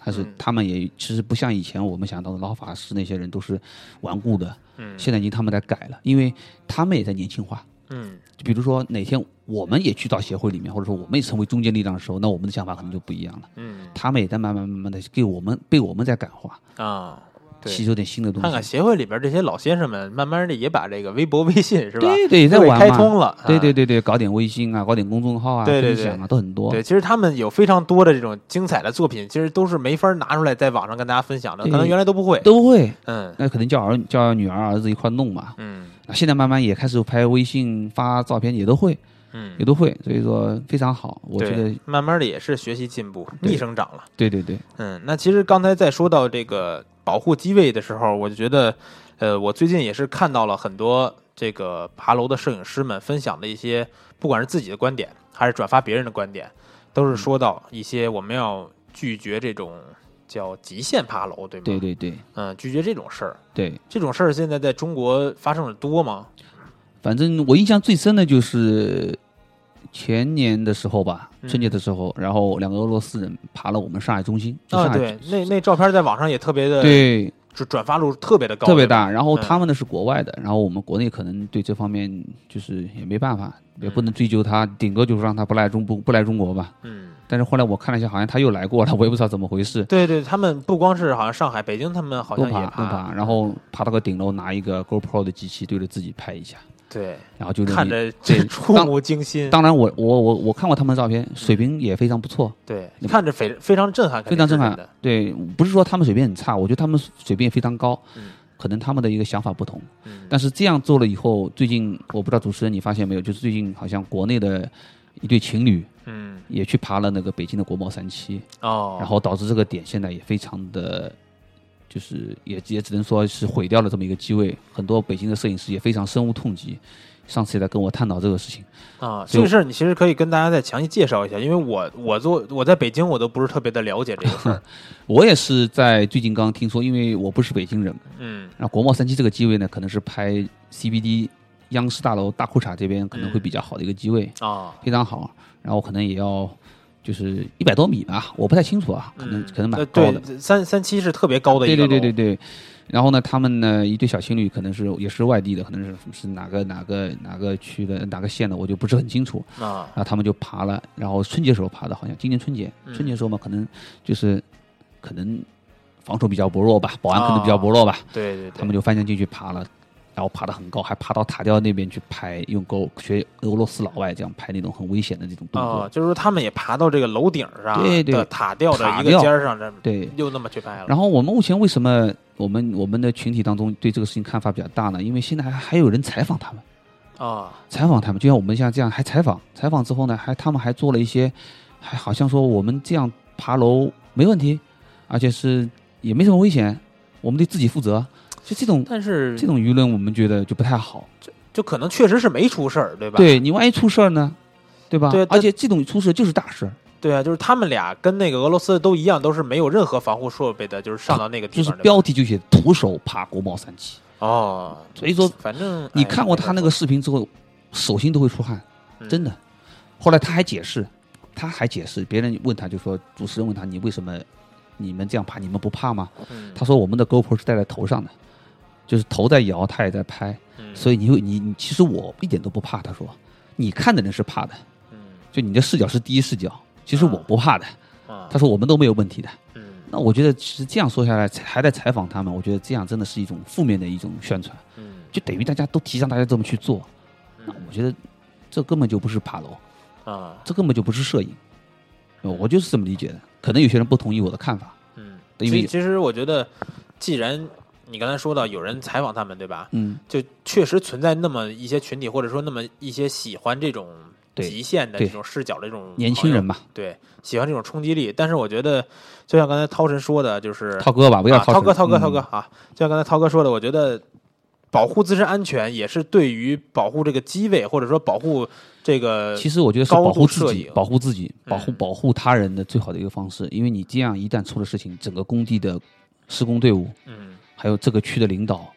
还是嗯他们也其实不像以前我们想到的老法师那些人都是顽固的， 嗯， 现在已经他们在改了，因为他们也在年轻化。 嗯就比如说哪天我们也去到协会里面，或者说我们也成为中坚力量的时候，那我们的想法可能就不一样了。 嗯他们也在慢慢慢慢的给我们被我们在感化， 啊。对吸收点新的东西。 看看协会里边这些老先生们，慢慢的也把这个微博、微信是吧？ 对对，在都给玩嘛开通了。 对对啊对对，搞点微信啊，搞点公众号啊， 对对对分享啊，都很多。 对，其实他们有非常多的这种精彩的作品，其实都是没法拿出来在网上跟大家分享的， 对可能原来都不会。 都会， 嗯那可能叫儿叫女儿儿子一块弄嘛。 嗯那现在慢慢也开始拍微信发照片，也都会， 嗯也，都会，所以说非常好。我觉得对，慢慢的也是学习进步， 对逆生长了。 对对对， 嗯，那其实刚才在说到这个保护机位的时候，我就觉得，呃，我最近也是看到了很多这个爬楼的摄影师们分享的一些，不管是自己的观点，还是转发别人的观点，都是说到一些我们要拒绝这种叫极限爬楼，对吗？ 对对对嗯，拒绝这种事儿。 对。 这种事儿现在在中国发生的多吗？ 反正我印象最深的就是前年的时候吧， 嗯春节的时候，然后两个俄罗斯人爬了我们上海中心，就啊， 上海对，那那照片在网上也特别的， 对， 就转发度特别的高， 特别对吧大。然后嗯他们呢是国外的，然后我们国内可能对这方面就是也没办法，也不能追究他，顶多就是让他不来中不不来中国吧。 嗯。 但是后来我看了一下，好像他又来过了，我也不知道怎么回事。 对对，他们不光是好像上海、北京，他们好都像也爬都爬，然后爬到个顶楼，拿一个 GoPro 的机器对着自己拍一下， 对， 然后就认为看着对触目惊心。 当然我，我我我看过他们的照片，水平也非常不错， 对，看着非非常震撼， 非常震撼肯定是真的。。 对，不是说他们水平很差，我觉得他们水平也非常高， 嗯可能他们的一个想法不同。 嗯， 但是这样做了以后，最近我不知道主持人你发现没有，就是最近好像国内的一对情侣嗯也去爬了那个北京的国贸三期， 哦， 然后导致这个点现在也非常的，就是也也只能说是毁掉了这么一个机位，很多北京的摄影师也非常深恶痛疾。上次也在跟我探讨这个事情， 啊， 就这个事儿你其实可以跟大家再详细介绍一下，因为我我做我在北京，我都不是特别的了解这个事儿。 我也是在最近刚刚听说，因为我不是北京人， 嗯然后国贸三期这个机位呢，可能是拍 C B D 央视大楼大裤衩这边可能会比较好的一个机位， 啊， 非常好。然后可能也要就是一百多米吧，我不太清楚啊，可能、 嗯可能蛮呃高的。 对，三三期是特别高的一对个楼。 对对对对。然后呢，他们呢一对小情侣可能是也是外地的，可能是是哪个哪个哪个区的哪个县的，我就不是很清楚。 啊， 然后他们就爬了，然后春节时候爬的，好像今年春节， 嗯春节时候嘛，可能就是可能防守比较薄弱吧，保安可能比较薄弱吧， 对对对， 他们就翻墙进去爬了，然后爬得很高，还爬到塔吊那边去拍，用勾学俄罗斯老外这样拍那种很危险的这种动作。 啊，就是说他们也爬到这个楼顶上对对的塔吊的一个塔吊尖儿上，这对， 又那么去拍了。 然后我们目前为什么我们我们的群体当中对这个事情看法比较大呢？因为现在还还有人采访他们， 啊， 采访他们，就像我们像这样还采访，采访之后呢，还他们还做了一些，还好像说我们这样爬楼没问题，而且是也没什么危险，我们对自己负责。就这种但是这种舆论，我们觉得就不太好。 就可能确实是没出事儿，对吧？ 对你万一出事儿呢，对吧？ 对但而且这种出事就是大事儿， 对啊，就是他们俩跟那个俄罗斯都一样，都是没有任何防护设备的，就是上到那个地就是方。对吧标题就写徒手爬国贸三期。 哦， 所以说反正你哎看过他那个视频之后，手心都会出汗， 嗯真的。后来他还解释，他还解释，别人问他就说，主持人问他你为什么你们这样爬，你们不怕吗？ 嗯他说我们的 GoPro 是戴在头上的，就是头在摇，他也在拍， 嗯所以你会你你其实我一点都不怕。他说你看的人是怕的， 嗯就你的视角是第一视角，其实我不怕的。 啊他说我们都没有问题的。 嗯那我觉得其实这样说下来，还在采访他们，我觉得这样真的是一种负面的一种宣传， 嗯就等于大家都提倡大家这么去做。那我觉得这根本就不是爬楼， 啊这根本就不是摄影。呃我就是这么理解的，可能有些人不同意我的看法。 嗯， 因为其其实我觉得，既然你刚才说到有人采访他们，对吧？ 嗯， 就确实存在那么一些群体，或者说那么一些喜欢这种对极限的这对种视角的这种年轻人嘛， 嘛， 对，喜欢这种冲击力。但是我觉得，就像刚才涛神说的，就是涛哥吧，不要啊，涛涛哥，涛哥， 嗯涛哥啊！就像刚才涛哥说的，我觉得保护自身安全也是对于保护这个机位，或者说保护这个其实我觉得是高保护自度摄影， 己保护自己， 嗯保护保护他人的最好的一个方式。因为你这样一旦出了事情，整个工地的施工队伍， 嗯还有这个区的领导，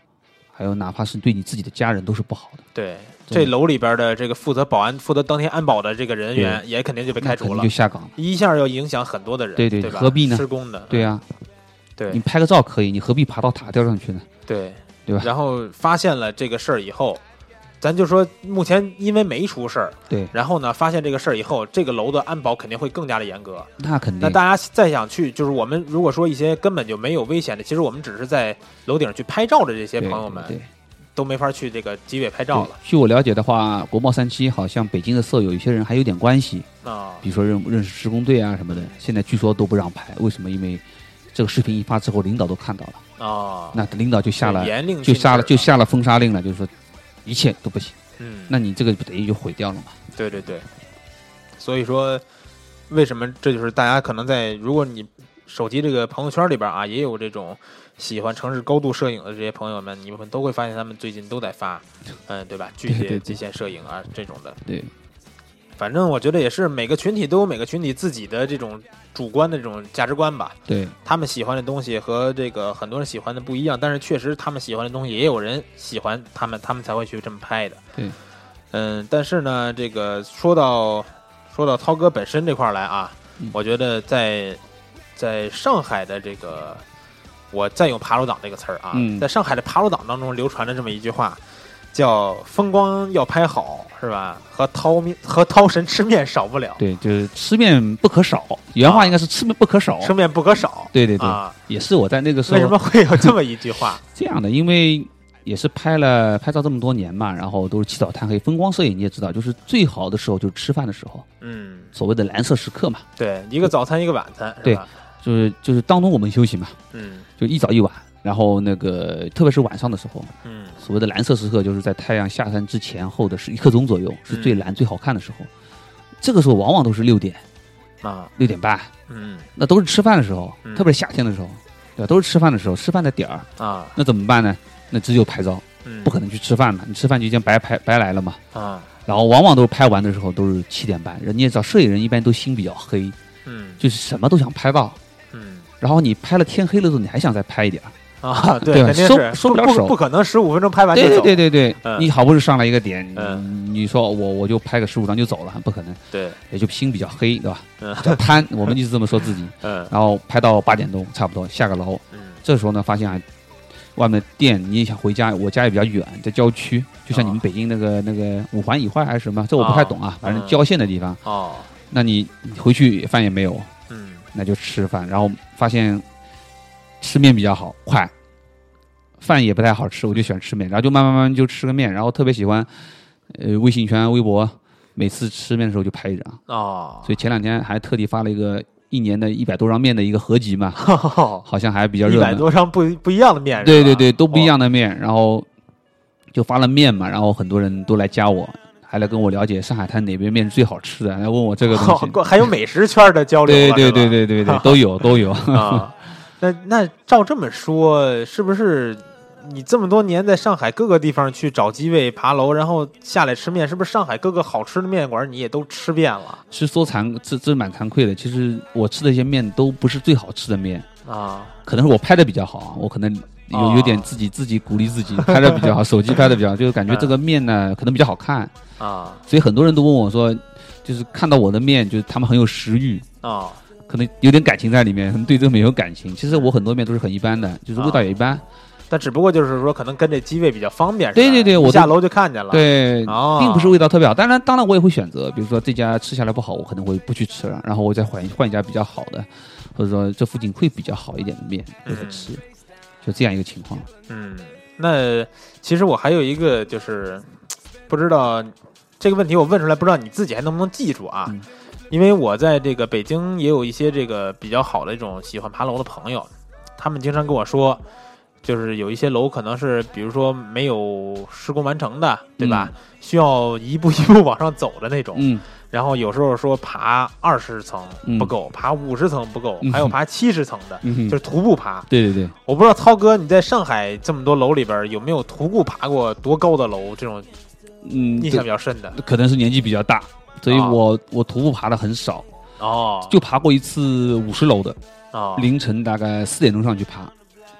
还有哪怕是对你自己的家人都是不好的。 对，这楼里边的这个负责保安、负责当天安保的这个人员也肯定就被开除了， 就下岗， 一下要影响很多的人， 对对， 对吧？ 何必呢？ 施工的， 对啊， 对， 你拍个照可以，你何必爬到塔吊上去呢？ 对， 对吧？ 然后发现了这个事儿以后，咱就说目前因为没出事儿， 对， 然后呢，发现这个事儿以后，这个楼的安保肯定会更加的严格。 那肯定。 那大家再想去，就是我们如果说一些根本就没有危险的，其实我们只是在楼顶去拍照的这些朋友们， 对，对都没法去这个机尾拍照了。 据我了解的话，国贸三期好像北京的舍友有些人还有点关系啊， 比如说认认识施工队啊什么的，现在据说都不让拍，为什么？因为这个视频一发之后，领导都看到了啊， 那领导就下了严令， 就下了就下了封杀令了，就是说一切都不行。 嗯， 那你这个等于就毁掉了嘛？ 对对对，所以说，为什么这就是大家可能在如果你手机这个朋友圈里边啊，也有这种喜欢城市高度摄影的这些朋友们，你们都会发现他们最近都在发，嗯，对吧？巨蟹极限摄影啊这种的。 对， 反正我觉得也是每个群体都有每个群体自己的这种主观的这种价值观吧。 对， 他们喜欢的东西和这个很多人喜欢的不一样，但是确实他们喜欢的东西也有人喜欢他们，他们才会去这么拍的。 对， 嗯，但是呢，这个说到说到涛哥本身这块来啊， 嗯、 我觉得在在上海的这个，我再用爬楼党这个词儿啊、 嗯， 在上海的爬楼党当中流传的这么一句话，叫风光要拍好，是吧？和涛面和涛神吃面少不了。 对，就是吃面不可少，原话应该是吃面不可少， 啊、吃面不可少。 对对对， 啊， 也是我在那个时候。 为什么会有这么一句话？ 这样的，因为也是拍了拍照这么多年嘛，然后都是起早贪黑，风光摄影你也知道，就是最好的时候就是吃饭的时候， 嗯， 所谓的蓝色时刻嘛。 对，一个早餐一个晚餐， 对，就是就是当中我们休息嘛， 嗯， 就一早一晚。然后那个，特别是晚上的时候， 嗯， 所谓的蓝色时刻，就是在太阳下山之前后的是一刻钟左右，是最蓝、嗯、最好看的时候。这个时候往往都是六点啊， 六点半， 嗯， 那都是吃饭的时候， 嗯、 特别是夏天的时候，对吧？都是吃饭的时候，吃饭的点儿啊。 那怎么办呢？那只有拍照， 嗯， 不可能去吃饭嘛，你吃饭就已经白拍白来了嘛， 啊。 然后往往都是拍完的时候都是七点半，人家也知道摄影人一般都心比较黑， 嗯， 就是什么都想拍到， 嗯， 然后你拍了天黑了之后，你还想再拍一点。 啊，对， 对肯定是收不了手， 不可能十五分钟拍完就走。 对对对对对， 嗯、 你好不容易上来一个点， 嗯， 你说我我就拍个十五张就走了，不可能。 对， 也就心比较黑，对吧？ 嗯， 比较贪，我们一直这么说自己。 嗯， 然后拍到八点多，差不多下个楼。 嗯， 这时候呢，发现啊，外面的店你也想回家，我家也比较远，在郊区，就像你们北京那个、哦、那个五环以外还是什么，这我不太懂啊， 哦、 反正郊县的地方。 哦， 那你回去饭也没有， 嗯， 那就吃饭，然后发现吃面比较好，快。饭也不太好吃，我就喜欢吃面，然后就慢慢慢慢就吃个面，然后特别喜欢，呃，微信圈、微博，每次吃面的时候就拍一张哦。 所以前两天还特地发了一个一年的一百多张面的一个合集嘛，哦、好像还比较热门。 一百多张不不一样的面， 对对对，都不一样的面，哦、然后就发了面嘛，然后很多人都来加我，还来跟我了解上海滩哪边面是最好吃的，来问我这个东西。 哦、还有美食圈的交流， 对对对对对对，都有都有啊。那那照这么说，是不是？你这么多年在上海各个地方去找机位爬楼，然后下来吃面，是不是上海各个好吃的面馆你也都吃遍了？ 是说惭，这这蛮惭愧的。其实我吃的一些面都不是最好吃的面啊， 可能是我拍的比较好，我可能有有点自己、哦、自己鼓励自己，拍的比较好，手机拍的比较好，就是感觉这个面呢可能比较好看啊， 所以很多人都问我说，就是看到我的面，就是他们很有食欲啊， 可能有点感情在里面，可能对这个面有感情。其实我很多面都是很一般的，就是味道也一般。啊但只不过就是说，可能跟这机位比较方便。 对对对，我下楼就看见了。 对， 哦、 并不是味道特别好。当然，当然我也会选择，比如说这家吃下来不好，我可能会不去吃了，然后我再换换一家比较好的，或者说这附近会比较好一点的面我再吃，嗯、就这样一个情况。 嗯，那其实我还有一个就是不知道这个问题我问出来，不知道你自己还能不能记住啊？嗯、因为我在这个北京也有一些这个比较好的这种喜欢爬楼的朋友，他们经常跟我说。就是有一些楼可能是比如说没有施工完成的，对吧？嗯、需要一步一步往上走的那种。 嗯。 然后有时候说爬二十层不够，嗯、爬五十层不够， 嗯、 还有爬七十层的， 嗯、 就是徒步爬。 对对对。 我不知道涛哥你在上海这么多楼里边有没有徒步爬过多高的楼？这种嗯印象比较深的。 可能是年纪比较大，所以我、哦、我徒步爬的很少。 哦。 就爬过一次五十楼的。 哦。 凌晨大概四点钟上去爬。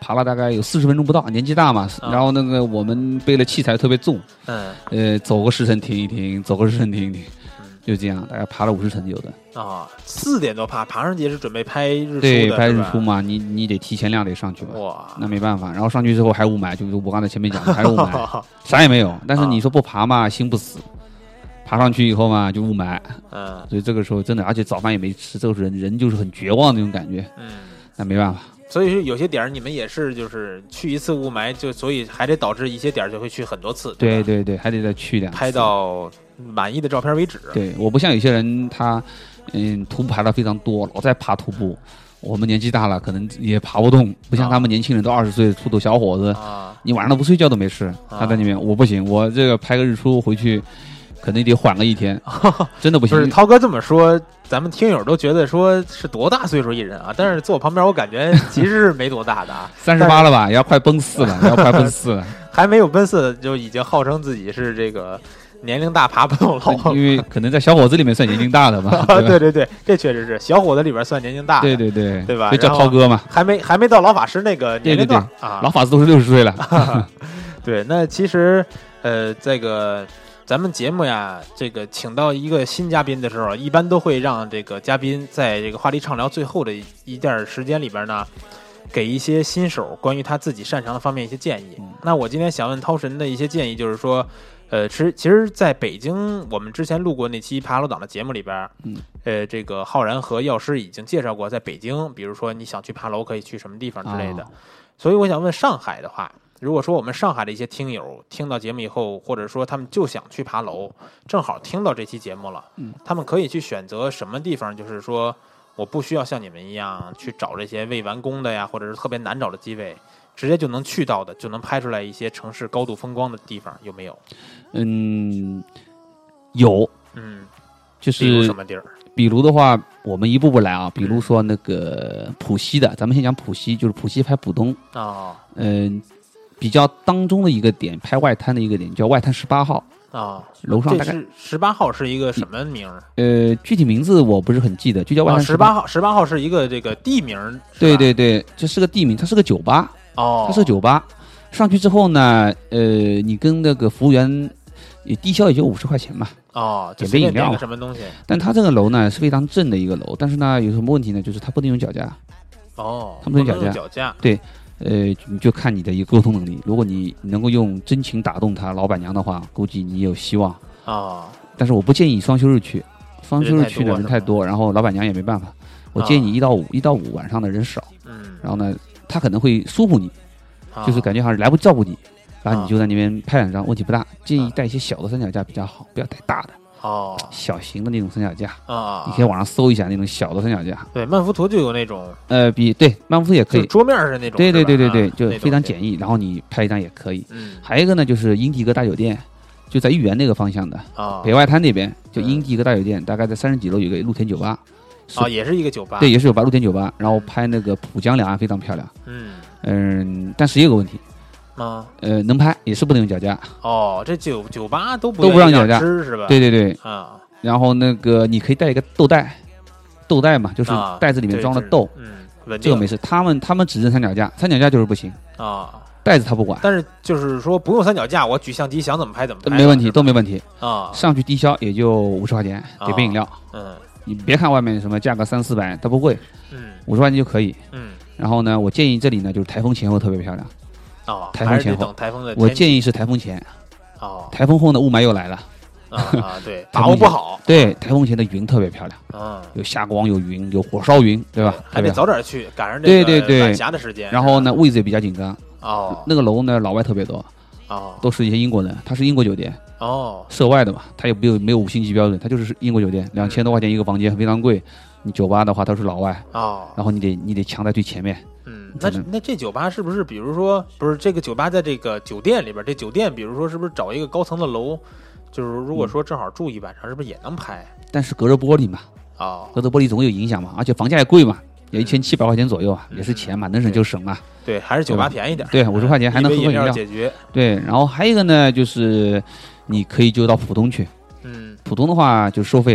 爬了大概有四十分钟不到，年纪大嘛， 啊、 然后那个我们背的器材特别重， 嗯， 呃，走个十层停一停，走个十层停一停，就这样，大概爬了五十层有的。 啊，四点多爬，爬上去是准备拍日出的， 对，拍日出嘛，你你得提前量得上去吧。 哇， 那没办法，然后上去之后还雾霾，就是我刚才前面讲的还是雾霾，啥也没有。但是你说不爬嘛，心不死。爬上去以后嘛，就雾霾， 嗯， 所以这个时候真的，而且早饭也没吃，这个人人就是很绝望那种感觉， 嗯， 那没办法。 所以有些点儿你们也是，就是去一次雾霾，就所以还得导致一些点儿就会去很多次， 对对 对, 对，还得再去两次， 拍到满意的照片为止。 对，我不像有些人他，嗯，徒步爬的非常多，老在爬徒步。我们年纪大了，可能也爬不动，不像他们年轻人都二十岁出头小伙子， 啊， 你晚上都不睡觉都没事。 啊、 他在里面，我不行，我这个拍个日出回去。可能得缓个一天，真的不行。 不是涛哥这么说，咱们听友都觉得说是多大岁数一人啊？但是坐我旁边，我感觉其实是没多大的啊， 三十八了吧，也要快奔四了，也要快奔四了， 还没有奔四就已经号称自己是这个年龄大爬不动楼， 因为可能在小伙子里面算年龄大的嘛。 对对对，这确实是小伙子里边算年龄大的。 对对对， 对吧？ 就叫涛哥嘛， 还没还没到老法师那个年龄段啊， 老法师都是六十岁了。 对，那其实呃，这个。咱们节目呀，这个请到一个新嘉宾的时候，一般都会让这个嘉宾在这个话题畅聊最后的一段时间里边呢，给一些新手关于他自己擅长的方面一些建议。嗯、那我今天想问涛神的一些建议，就是说，呃，其实其实在北京，我们之前录过那期爬楼党的节目里边，嗯，呃，这个浩然和药师已经介绍过，在北京，比如说你想去爬楼，可以去什么地方之类的。哦、所以我想问上海的话。如果说我们上海的一些听友听到节目以后，或者说他们就想去爬楼，正好听到这期节目了，嗯，他们可以去选择什么地方？就是说，我不需要像你们一样去找这些未完工的呀，或者是特别难找的机位，直接就能去到的，就能拍出来一些城市高度风光的地方，有没有？ 嗯，有， 嗯， 就是比如什么地儿？ 比如的话，我们一步步来啊。比如说那个浦西的，咱们先讲浦西，就是浦西拍浦东啊， 哦、 嗯。比较当中的一个点，拍外滩的一个点叫外滩十八号啊， 楼上大概十八号是一个什么名？ 呃，具体名字我不是很记得，就叫外滩十八号。十八号是一个这个地名， 对对对，这是个地名，它是个酒吧哦， 它是个酒吧。上去之后呢，呃，你跟那个服务员也低消也就五十块钱嘛， 哦， 点杯饮料什么东西。 但它这个楼呢是非常正的一个楼，但是呢有什么问题呢？就是它不能用脚架。 哦， 它不能用脚架。 脚架。 对。呃，你就看你的一个沟通能力。如果你能够用真情打动他老板娘的话，估计你有希望啊、哦。 但是我不建议双休日去，双休日去的人太多，然后老板娘也没办法。我建议你一到五，一、哦、到五晚上的人少， 嗯， 然后呢，他可能会疏忽你，哦、就是感觉好像来不及照顾你，然后你就在那边拍两张，问题不大。建议带一些小的三脚架比较好，不要带大的。 哦， 小型的那种三脚架啊， 你可以网上搜一下那种小的三脚架。 对，曼福图就有那种， 呃，比对曼福图也可以， 桌面是那种， 对对对对对， 啊、 就非常简易，然后你拍一张也可以。 嗯， 还有一个呢，就是英迪格大酒店，就在豫园那个方向的啊， 北外滩那边，就英迪格大酒店，大概在三十几楼有个露天酒吧， 啊，也是一个酒吧， 对，也是酒吧，露天酒吧，然后拍那个浦江两岸非常漂亮。 嗯嗯，但是也有个问题。 啊， 呃，能拍也是不能用脚架。 哦，这酒酒吧都不都不让脚架吃是吧？ 对对对啊。 然后那个你可以带一个豆袋，豆袋嘛，就是袋子里面装了豆， 啊、嗯， 这个没事。他们他们只认三脚架，三脚架就是不行啊， 袋子他不管。 但是就是说不用三脚架，我举相机想怎么拍怎么拍， 没问题，都没问题啊。 上去低消也就五十块钱，给杯饮料。 嗯， 你别看外面什么价格三四百，它不贵， 嗯， 五十块钱就可以。 嗯， 然后呢，我建议这里呢就是台风前后特别漂亮。 哦， 台风前后， 等台风的， 我建议是台风前。 哦， 台风后呢，雾霾又来了。 啊，对，把握不好。 对，台风前的云特别漂亮， 嗯， 有霞光，有云，有火烧云，对吧？ 还得早点去，赶上这对对对晚霞的时间。 然后呢，位置也比较紧张。 哦， 那个楼呢，老外特别多。 哦， 都是一些英国人，它是英国酒店。 哦， 涉外的嘛，它也没有没有五星级标准，它就是英国酒店，两千多块钱一个房间，非常贵。你酒吧的话，都是老外。 哦， 然后你得你得抢在最前面。 嗯，那那这酒吧是不是，比如说，不是这个酒吧在这个酒店里边，这酒店比如说是不是找一个高层的楼？就是如果说正好住一晚上，是不是也能拍？ 但是隔着玻璃嘛， 哦， 隔着玻璃总会有影响嘛，而且房价也贵嘛，也一千七百块钱左右啊，也是钱嘛，能省就省嘛。 对，还是酒吧便宜点。 对，五十块钱还能喝饮料解决。 对，然后还有一个呢，就是你可以就到浦东去。 嗯， 浦东的话就是收费的。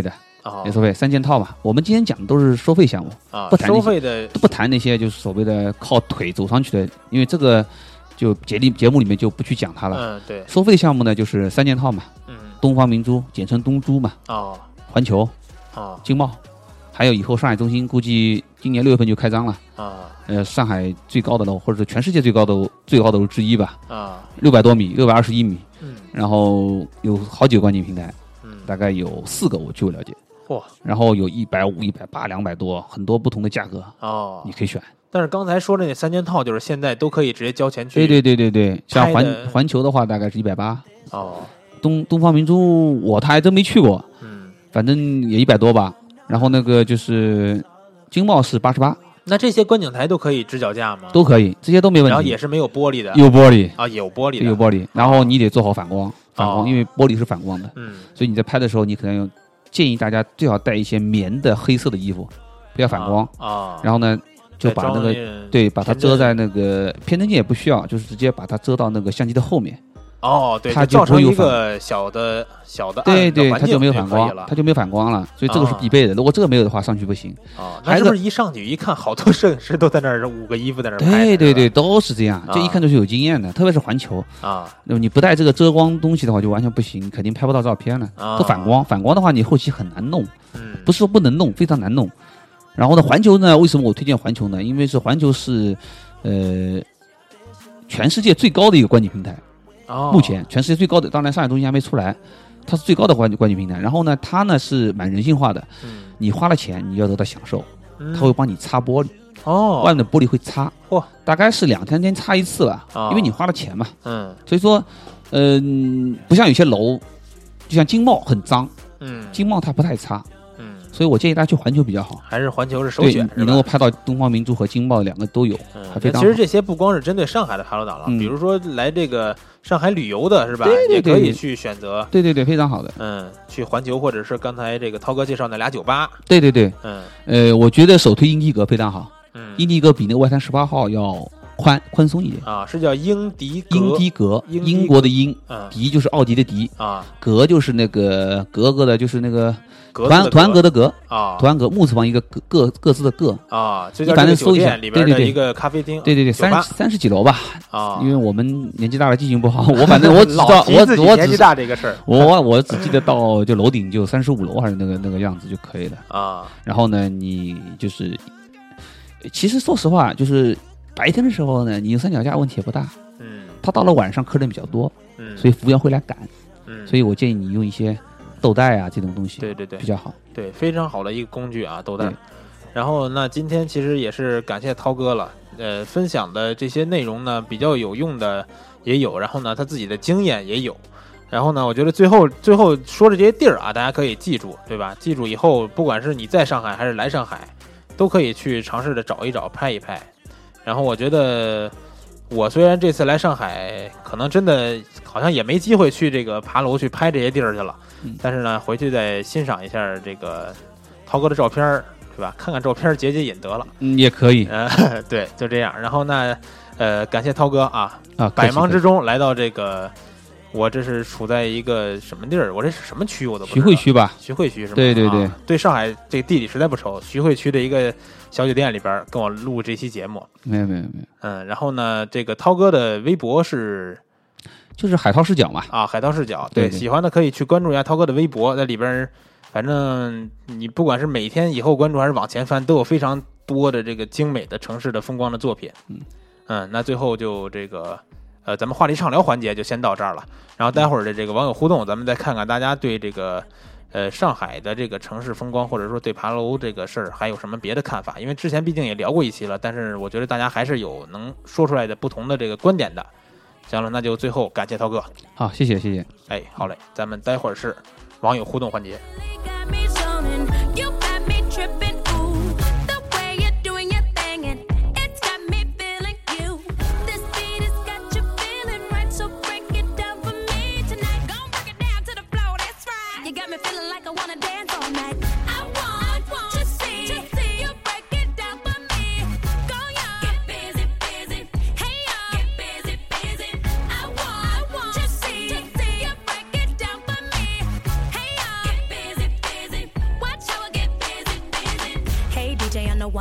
哦也收费，三件套嘛。我们今天讲的都是收费项目啊， 不谈收费的都不谈那些就是所谓的靠腿走上去的，因为这个就节里节目里面就不去讲它了。 嗯，对， 收费项目呢就是三件套嘛， 嗯， 东方明珠简称东珠嘛， 哦环球、 哦金茂，还有以后上海中心估计今年六月份就开张了。 啊呃，上海最高的楼，或者是全世界最高的最高的楼之一吧， 啊， 六百多米，六百二十一米， 嗯然后有好几个观景平台， 嗯， 大概有四个，我据我了解。 嚯， 然后有一百五、一百八、两百多，很多不同的价格， 哦你，可以选。 但是刚才说的那三件套，就是现在都可以直接交钱去。 对对对对对，像环拍的环球的话，大概是一百八。 哦， 东东方明珠，我他还真没去过， 嗯， 反正也一百多吧。然后那个就是金茂是八十八， 那这些观景台都可以支脚架吗？ 都可以，这些都没问题。 然后也是没有玻璃的。 有玻璃， 啊，有玻璃的。 有玻璃。然后你得做好反光，反光， 哦因为玻璃是反光的， 嗯所以你在拍的时候，你可能要建议大家最好带一些棉的黑色的衣服，不要反光。 啊， 然后呢，就把那个对把它遮在那个偏灯镜也不需要，就是直接把它遮到那个相机的后面。 哦，对， 它就造成一就不会有反个小的小的对对， 它它就没有反光，它就没有反光了，所以这个是必备的。如果这个没有的话，上去不行。 哦， 还有个那是不是一上去一看，好多摄影师都在那儿捂个衣服在那儿拍？ 对对对，都是这样， 啊这一看就是有经验的，特别是环球。 啊， 那么你不带这个遮光东西的话，就完全不行，肯定拍不到照片了。 啊都反光，反光的话你后期很难弄， 嗯， 不是说不能弄，非常难弄。然后呢，环球呢，为什么我推荐环球呢？因为是环球是，呃，全世界最高的一个观景平台。 哦， 目前全世界最高的，当然上海中心还没出来，它是最高的观观景平台。然后呢，它呢是蛮人性化的， 嗯， 你花了钱，你要得到享受， 嗯它会帮你擦玻璃， 哦， 外面的玻璃会擦， 嚯， 大概是两三天擦一次吧， 哦因为你花了钱嘛。 嗯所以说，嗯、不像有些楼，就像金茂很脏， 嗯金茂它不太擦， 嗯， 所以我建议大家去环球比较好。 还是环球是首对， 选， 你能够拍到东方明珠和金茂两个都有， 嗯， 还非常好。 那其实这些不光是针对上海的爬楼党了， 嗯比如说来这个上海旅游的是吧？ 对对对也可以去选择， 对对对，非常好的。 嗯，去环球或者是刚才这个涛哥介绍那俩酒吧， 对对对， 嗯呃，我觉得首推英迪格非常好， 嗯， 英迪格比那个外滩十八号要宽宽松一点。 啊是叫英迪格， 英迪格， 英迪英国的英， 嗯迪就是奥迪的迪， 啊， 格就是那个格格的，就是那个格子的图案图案格的格， 啊图案格木字旁一个各各各自的各。 啊，就你反叫这个酒正搜一下店里边对对对的一个咖啡厅， 对对对， 酒吧三十三十几楼吧， 啊， 因为我们年纪大了记性不好，我反正我只知老道我提自己年纪我只大这个事儿我我只记得到就楼顶就三十五楼还是那个那个样子就可以了。 啊， 然后呢，你就是其实说实话，就是白天的时候呢，你用三脚架问题也不大。 嗯它到了晚上客人比较多， 嗯， 所以服务员会来赶， 嗯， 所以我建议你用一些豆袋啊这种东西， 对对对比较好。 对，非常好的一个工具啊，豆袋对。 然后那今天其实也是感谢涛哥了，呃，分享的这些内容呢比较有用的也有，然后呢他自己的经验也有，然后呢我觉得最后最后说的这些地儿啊，大家可以记住，对吧？记住以后不管是你在上海还是来上海，都可以去尝试着找一找拍一拍。然后我觉得我虽然这次来上海，可能真的好像也没机会去这个爬楼去拍这些地儿去了， 嗯但是呢回去再欣赏一下这个涛哥的照片儿，对吧？看看照片儿解解瘾得了。 嗯，也可以呃，对，就这样。然后呢，呃，感谢涛哥啊， 啊， 百忙之中， 中来到这个，我这是处在一个什么地儿？我这是什么区？我都不知徐道。 汇区吧， 徐汇区是吗？ 对对对啊对上海这个地理实在不熟。徐汇区的一个小酒店里边儿跟我录这期节目。 没有没有没有， 嗯，然后呢，这个涛哥的微博是就是海涛视角嘛。 啊，海涛视角。 对对喜欢的可以去关注一下涛哥的微博，在里边儿，反正你不管是每天以后关注还是往前翻，都有非常多的这个精美的城市的风光的作品。 嗯嗯，那最后就这个。呃，咱们话题畅聊环节就先到这儿了，然后待会儿的这个网友互动，咱们再看看大家对这个呃上海的这个城市风光，或者说对爬楼这个事儿还有什么别的看法？因为之前毕竟也聊过一期了，但是我觉得大家还是有能说出来的不同的这个观点的。行了，那就最后感谢涛哥， 好，谢谢谢谢。 哎，好嘞，咱们待会儿是网友互动环节。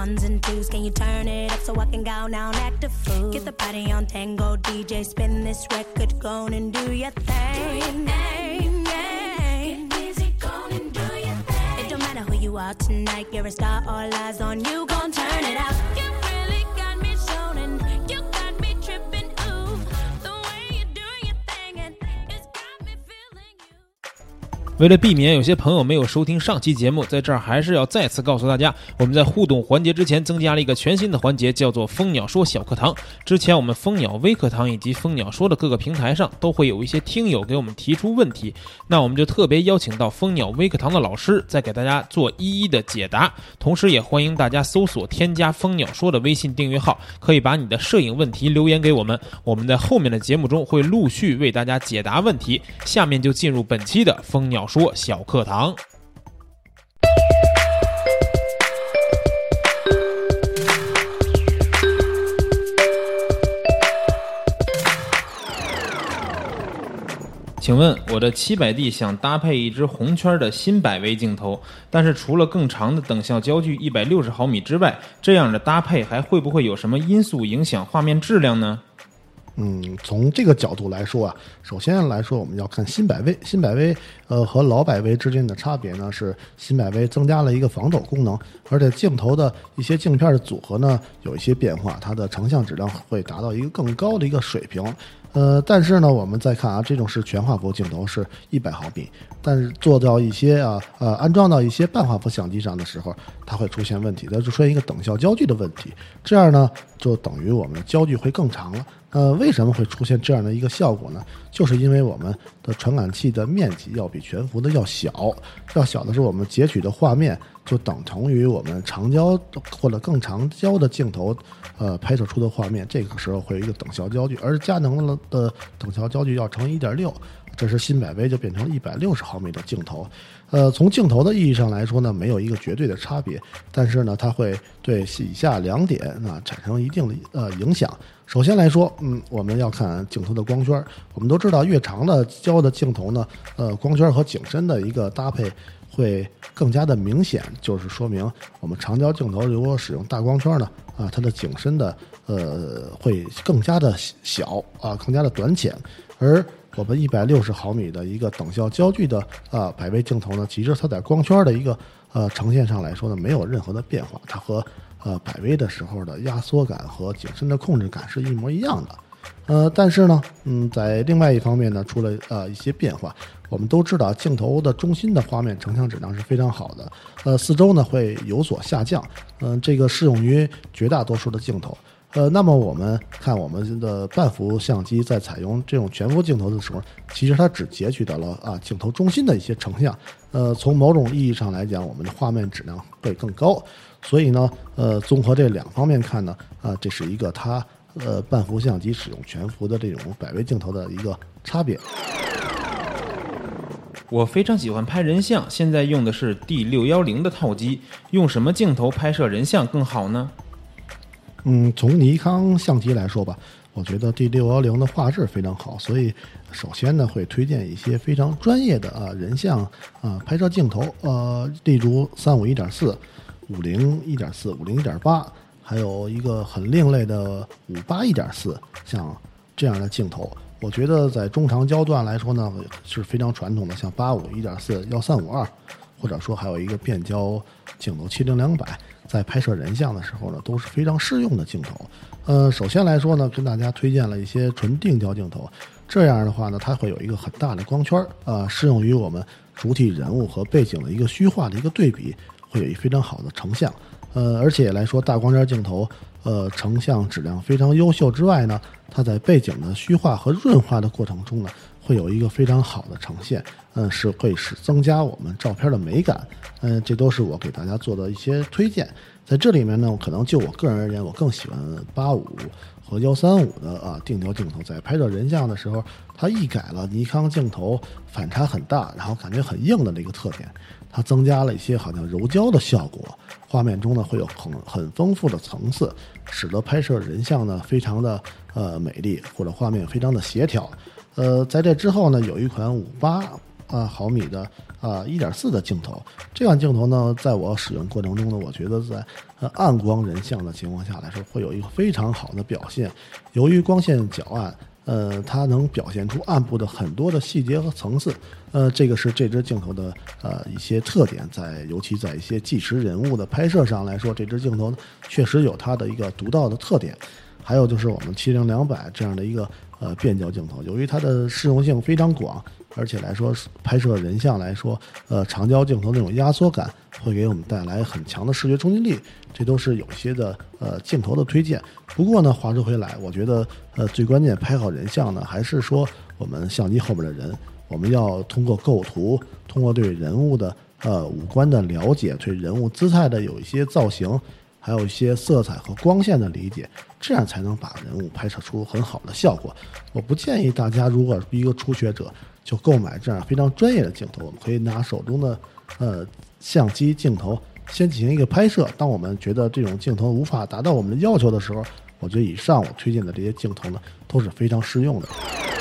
ones and twos. Can you turn it up so I can go now and act a fool? Get the party on tango, D J, spin this record, go on and do your thing. Get busy, go on and do your thing. It don't matter who you are tonight, you're a star, all eyes on you, gon' turn it up. You really got me zoning, you got me tripping, ooh. The way you do your thing and it's got me feeling you. 为了避免有些朋友没有收听上期节目，在这儿还是要再次告诉大家，我们在互动环节之前增加了一个全新的环节，叫做蜂鸟说小课堂。之前我们蜂鸟微课堂以及蜂鸟说的各个平台上都会有一些听友给我们提出问题，那我们就特别邀请到蜂鸟微课堂的老师再给大家做一一的解答。同时也欢迎大家搜索添加蜂鸟说的微信订阅号，可以把你的摄影问题留言给我们，我们在后面的节目中会陆续为大家解答问题。下面就进入本期的蜂鸟说小课堂。请问我的七百 D 想搭配一支红圈的新百微镜头，但是除了更长的等效焦距一百六十毫米之外，这样的搭配还会不会有什么因素影响画面质量呢？ 嗯，从这个角度来说啊，首先来说我们要看新百微，新百微呃和老百微之间的差别呢是新百微增加了一个防抖功能，而且镜头的一些镜片的组合呢有一些变化，它的成像质量会达到一个更高的一个水平。呃，但是呢，我们再看啊，这种是全画幅镜头，是一百毫米，但是做到一些啊呃安装到一些半画幅相机上的时候，它会出现问题，它就出现一个等效焦距的问题。这样呢，就等于我们的焦距会更长了。呃，为什么会出现这样的一个效果呢？就是因为我们的传感器的面积要比全幅的要小，要小的是我们截取的画面就等同于我们长焦或者更长焦的镜头，呃，拍摄出的画面，这个时候会有一个等效焦距，而佳能的等效焦距要乘 一点六， 这是新百微就变成一百六十毫米的镜头。呃，从镜头的意义上来说呢，没有一个绝对的差别，但是呢，它会对以下两点啊产生一定的呃影响。首先来说，嗯，我们要看镜头的光圈。我们都知道，越长的焦的镜头呢，呃，光圈和景深的一个搭配会更加的明显，就是说明我们长焦镜头如果使用大光圈呢，啊，它的景深的呃会更加的小啊，更加的短浅，而我们一百六十毫米的一个等效焦距的啊百微镜头呢，其实它在光圈的一个呃呈现上来说呢，没有任何的变化，它和呃百微的时候的压缩感和景深的控制感是一模一样的。呃，但是呢，嗯，在另外一方面呢，出了呃一些变化。我们都知道，镜头的中心的画面成像质量是非常好的，呃，四周呢会有所下降，嗯、呃，这个适用于绝大多数的镜头。呃，那么我们看我们的半幅相机在采用这种全幅镜头的时候，其实它只截取到了啊镜头中心的一些成像。呃，从某种意义上来讲，我们的画面质量会更高。所以呢，呃，综合这两方面看呢，啊，这是一个它呃半幅相机使用全幅的这种百微镜头的一个差别。 我非常喜欢拍人像，现在用的是 D 六一零 的套机，用什么镜头拍摄人像更好呢？ 嗯，从尼康相机来说吧，我觉得 D 六一零 的画质非常好，所以首先呢会推荐一些非常专业的啊人像啊拍摄镜头，呃，例如三五一点四、五零一点四、五零一点八，还有一个很另类的五八一点四，像这样的镜头。我觉得在中长焦段来说呢是非常传统的，像八五一点四、一三五二，或者说还有一个变焦镜头七零两百，在拍摄人像的时候呢都是非常适用的镜头。呃，首先来说呢，跟大家推荐了一些纯定焦镜头，这样的话呢，它会有一个很大的光圈，呃，适用于我们主体人物和背景的一个虚化的一个对比，会有一非常好的成像。呃，而且来说，大光圈镜头，呃，成像质量非常优秀之外呢，它在背景的虚化和润化的过程中呢，会有一个非常好的呈现，嗯，是会使增加我们照片的美感，嗯，这都是我给大家做的一些推荐。在这里面呢，可能就我个人而言，我更喜欢八五和一三五的啊定焦镜头，在拍摄人像的时候，它一改了尼康镜头反差很大，然后感觉很硬的那个特点，它增加了一些好像柔焦的效果，画面中呢会有很很丰富的层次，使得拍摄人像呢非常的呃美丽，或者画面非常的协调。呃，在这之后呢，有一款五八啊毫米的啊一点四的镜头。这款镜头呢，在我使用过程中呢，我觉得在呃暗光人像的情况下来说，会有一个非常好的表现。由于光线较暗，呃，它能表现出暗部的很多的细节和层次。呃，这个是这支镜头的呃一些特点，在尤其在一些纪实人物的拍摄上来说，这支镜头呢确实有它的一个独到的特点。还有就是我们七零两百这样的一个呃变焦镜头，由于它的适用性非常广，而且来说拍摄人像来说，呃长焦镜头那种压缩感会给我们带来很强的视觉冲击力，这都是有一些的呃镜头的推荐。不过呢，话说回来，我觉得呃最关键拍好人像呢，还是说我们相机后面的人，我们要通过构图，通过对人物的呃五官的了解，对人物姿态的有一些造型，还有一些色彩和光线的理解，这样才能把人物拍摄出很好的效果。我不建议大家如果是一个初学者就购买这样非常专业的镜头，我们可以拿手中的呃相机镜头先进行一个拍摄。当我们觉得这种镜头无法达到我们的要求的时候，我觉得以上我推荐的这些镜头呢都是非常适用的。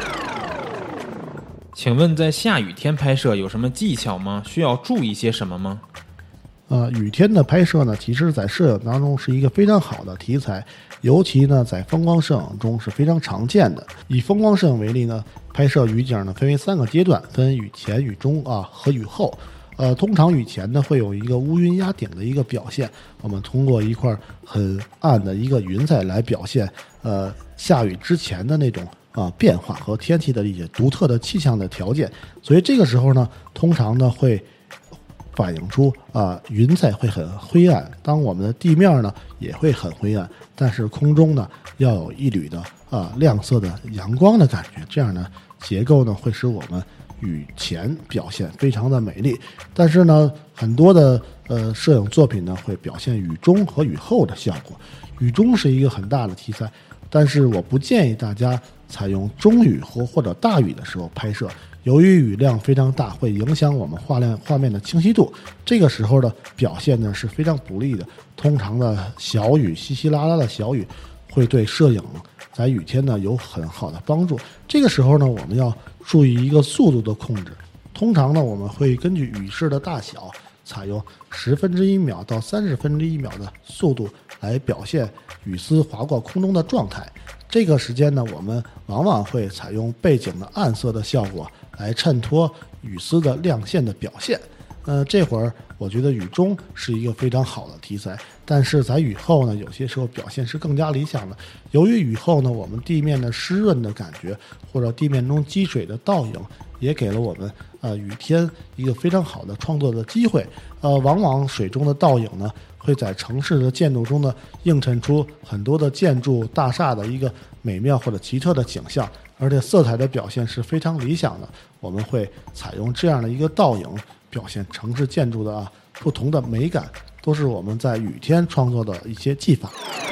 请问在下雨天拍摄有什么技巧吗？需要注意些什么吗？ 呃，雨天的拍摄呢，其实在摄影当中是一个非常好的题材，尤其呢在风光摄影中是非常常见的。以风光摄影为例呢，拍摄雨景呢分为三个阶段，分雨前、雨中啊和雨后。呃，通常雨前呢会有一个乌云压顶的一个表现，我们通过一块很暗的一个云彩来表现呃下雨之前的那种啊变化和天气的一些独特的气象的条件。所以这个时候呢，通常呢会反映出啊、呃、云彩会很灰暗，当我们的地面呢也会很灰暗，但是空中呢要有一缕的啊、呃、亮色的阳光的感觉，这样呢结构呢会使我们雨前表现非常的美丽。但是呢很多的呃摄影作品呢会表现雨中和雨后的效果。雨中是一个很大的题材，但是我不建议大家采用中雨或或者大雨的时候拍摄，由于雨量非常大，会影响我们画面画面的清晰度，这个时候的表现呢是非常不利的。通常的小雨，稀稀拉拉的小雨，会对摄影在雨天呢有很好的帮助。这个时候呢，我们要注意一个速度的控制。通常呢，我们会根据雨势的大小，采用十分之一秒到三十分之一秒的速度来表现雨丝划过空中的状态。这个时间呢，我们往往会采用背景的暗色的效果来衬托雨丝的亮线的表现。呃，这会儿我觉得雨中是一个非常好的题材，但是在雨后呢，有些时候表现是更加理想的。由于雨后呢，我们地面的湿润的感觉，或者地面中积水的倒影，也给了我们呃雨天一个非常好的创作的机会。呃，往往水中的倒影呢，会在城市的建筑中呢映衬出很多的建筑大厦的一个美妙或者奇特的景象，而且色彩的表现是非常理想的。我们会采用这样的一个倒影，表现城市建筑的啊不同的美感，都是我们在雨天创作的一些技法。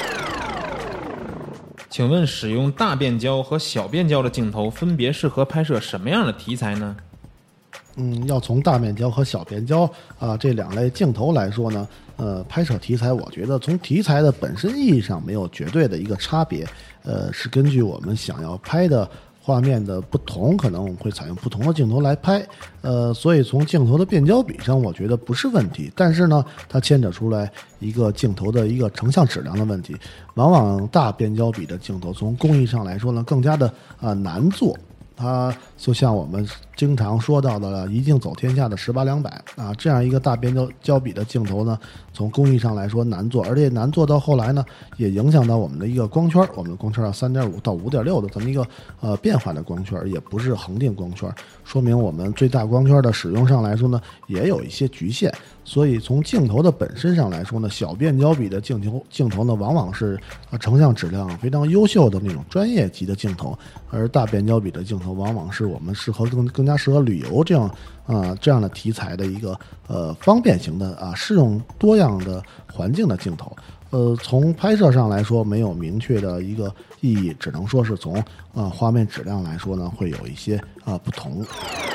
请问使用大变焦和小变焦的镜头分别适合拍摄什么样的题材呢？ 嗯，要从大变焦和小变焦啊这两类镜头来说呢，呃，拍摄题材我觉得从题材的本身意义上没有绝对的一个差别，呃，是根据我们想要拍的画面的不同，可能我们会采用不同的镜头来拍，呃，所以从镜头的变焦比上，我觉得不是问题。但是呢，它牵扯出来一个镜头的一个成像质量的问题。往往大变焦比的镜头，从工艺上来说呢，更加的啊、呃、难做。它就像我们经常说到的一镜走天下的十八两百啊，这样一个大变焦焦比的镜头呢，从工艺上来说难做，而且难做到后来呢，也影响到我们的一个光圈，我们的光圈要 三点五 到 五点六 的这么一个呃变化的光圈，也不是恒定光圈，说明我们最大光圈的使用上来说呢，也有一些局限。所以从镜头的本身上来说呢，小变焦比的镜头镜头呢，往往是呃成像质量非常优秀的那种专业级的镜头，而大变焦比的镜头往往是我们适合更更加适合旅游这样啊、呃、这样的题材的一个呃方便型的啊适用多样的环境的镜头。呃，从拍摄上来说没有明确的一个意义，只能说是从啊、呃、画面质量来说呢，会有一些啊、呃、不同。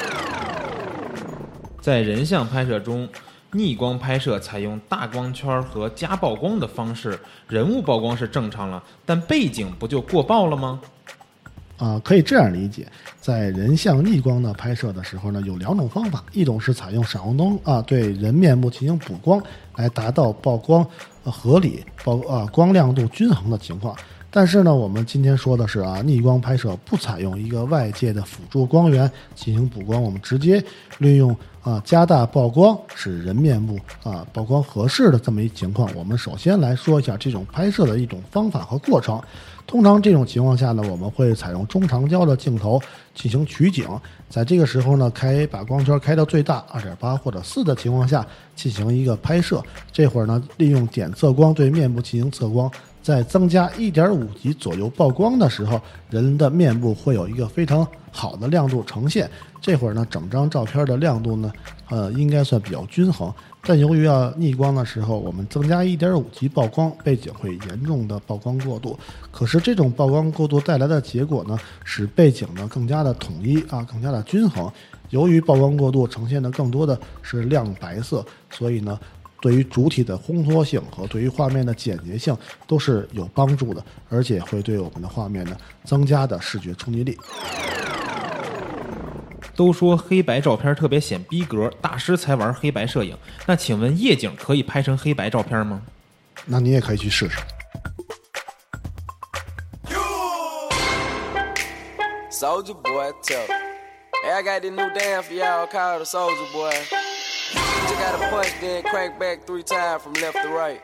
在人像拍摄中，逆光拍摄采用大光圈和加曝光的方式，人物曝光是正常了，但背景不就过曝了吗？ 啊、可以这样理解，在人像逆光的拍摄的时候呢，有两种方法，一种是采用闪光灯啊对人面部进行补光，来达到曝光、呃、合理、曝啊光亮度均衡的情况。但是呢，我们今天说的是啊，逆光拍摄不采用一个外界的辅助光源进行补光，我们直接利用啊加大曝光，使人面部啊曝光合适的这么一情况。我们首先来说一下这种拍摄的一种方法和过程。通常这种情况下呢，我们会采用中长焦的镜头进行取景，在这个时候呢，开把光圈开到最大 二点八 或者四的情况下进行一个拍摄。这会儿呢，利用点测光对面部进行测光，在增加 一点五 级左右曝光的时候，人的面部会有一个非常好的亮度呈现。这会儿呢，整张照片的亮度呢，呃，应该算比较均衡。但由于要逆光的时候，我们增加 一点五 级曝光，背景会严重的曝光过度。可是这种曝光过度带来的结果呢，使背景呢更加的统一啊，更加的均衡。由于曝光过度呈现的更多的是亮白色，所以呢，对于主体的烘托性和对于画面的简洁性都是有帮助的，而且会对我们的画面呢增加的视觉冲击力。 都说黑白照片特别显逼格，大师才玩黑白摄影。那请问夜景可以拍成黑白照片吗？ 那你也可以去试试。 Soldier boy, tell. Hey, I got this new dance for y'all called the Soldier Boy. You just gotta punch, then crank back three times from left to right.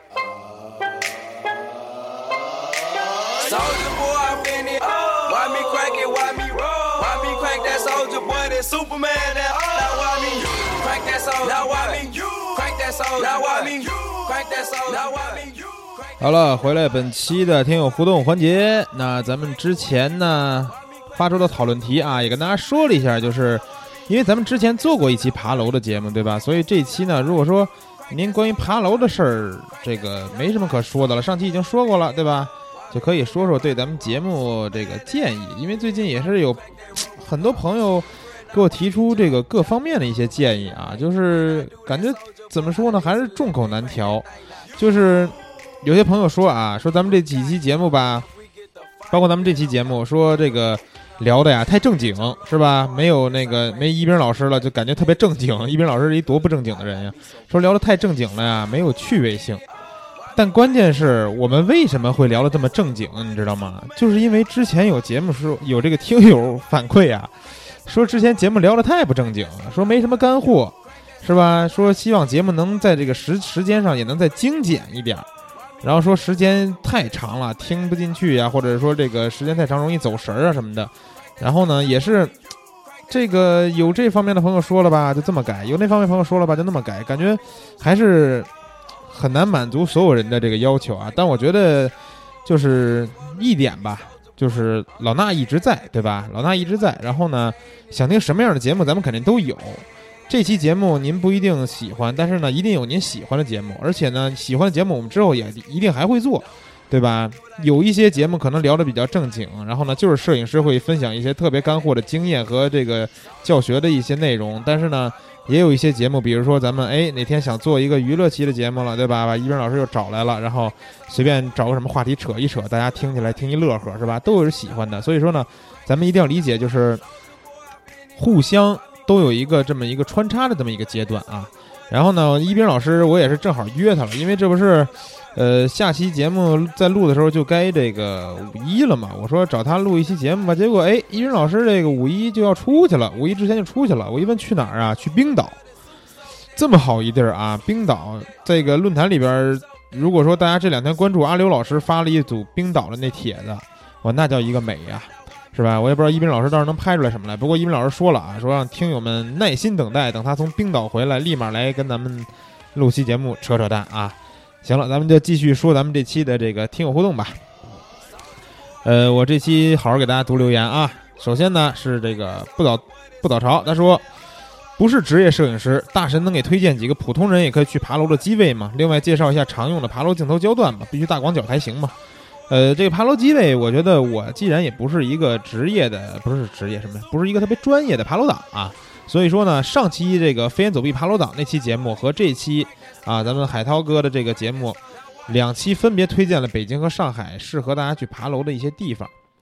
Soldier boy, I finna. Why me crank it? Why me roll? Why me crank that Soldier boy? That Superman? That now why me crank that Soldier? Now why me crank that Soldier? Now why me crank that Soldier? Now why me? 好了，回来本期的听友互动环节。那咱们之前呢发出的讨论题啊，也跟大家说了一下，就是因为咱们之前做过一期爬楼的节目，对吧？所以这期呢，如果说您关于爬楼的事儿，这个没什么可说的了，上期已经说过了，对吧？就可以说说对咱们节目这个建议，因为最近也是有很多朋友给我提出这个各方面的一些建议啊，就是感觉怎么说呢，还是众口难调。就是有些朋友说啊，说咱们这几期节目吧，包括咱们这期节目，说这个聊的呀太正经，是吧？没有那个没一冰老师了，就感觉特别正经。一冰老师是一多不正经的人呀，说聊的太正经了呀，没有趣味性。但关键是我们为什么会聊得这么正经，你知道吗？就是因为之前有节目说有这个听友反馈啊，说之前节目聊得太不正经了，说没什么干货，是吧？说希望节目能在这个时时间上也能再精简一点，然后说时间太长了听不进去呀，或者说这个时间太长容易走神啊什么的。然后呢，也是这个有这方面的朋友说了吧，就这么改；有那方面朋友说了吧，就那么改。感觉还是很难满足所有人的这个要求啊。但我觉得就是一点吧，就是老衲一直在，对吧？老衲一直在。然后呢，想听什么样的节目，咱们肯定都有。这期节目您不一定喜欢，但是呢，一定有您喜欢的节目，而且呢，喜欢的节目我们之后也一定还会做，对吧？有一些节目可能聊得比较正经，然后呢，就是摄影师会分享一些特别干货的经验和这个教学的一些内容，但是呢，也有一些节目，比如说咱们哎哪天想做一个娱乐期的节目了，对吧？把一冰老师又找来了，然后随便找个什么话题扯一扯，大家听起来听一乐呵，是吧？都有人喜欢的，所以说呢，咱们一定要理解，就是互相都有一个这么一个穿插的这么一个阶段啊。然后呢，一冰老师我也是正好约他了，因为这不是呃下期节目在录的时候就该这个五一了嘛，我说找他录一期节目吧，结果哎一冰老师这个五一就要出去了，五一之前就出去了。我一问去哪儿啊？去冰岛，这么好一地儿啊！冰岛这个论坛里边，如果说大家这两天关注阿刘老师发了一组冰岛的那帖子，哇，那叫一个美呀！是吧？我也不知道一冰老师到时候能拍出来什么来。不过一冰老师说了啊，说让听友们耐心等待，等他从冰岛回来，立马来跟咱们录期节目扯扯淡啊。行了，咱们就继续说咱们这期的这个听友互动吧。呃，我这期好好给大家读留言啊。首先呢是这个不早不早朝，他说不是职业摄影师，大神能给推荐几个普通人也可以去爬楼的机位吗？另外介绍一下常用的爬楼镜头焦段吧，必须大广角才行吗？呃，这个爬楼机位，我觉得我既然也不是一个职业的，不是职业什么，不是一个特别专业的爬楼党啊，所以说呢，上期这个飞檐走壁爬楼党那期节目和这期啊，咱们海涛哥的这个节目，两期分别推荐了北京和上海适合大家去爬楼的一些地方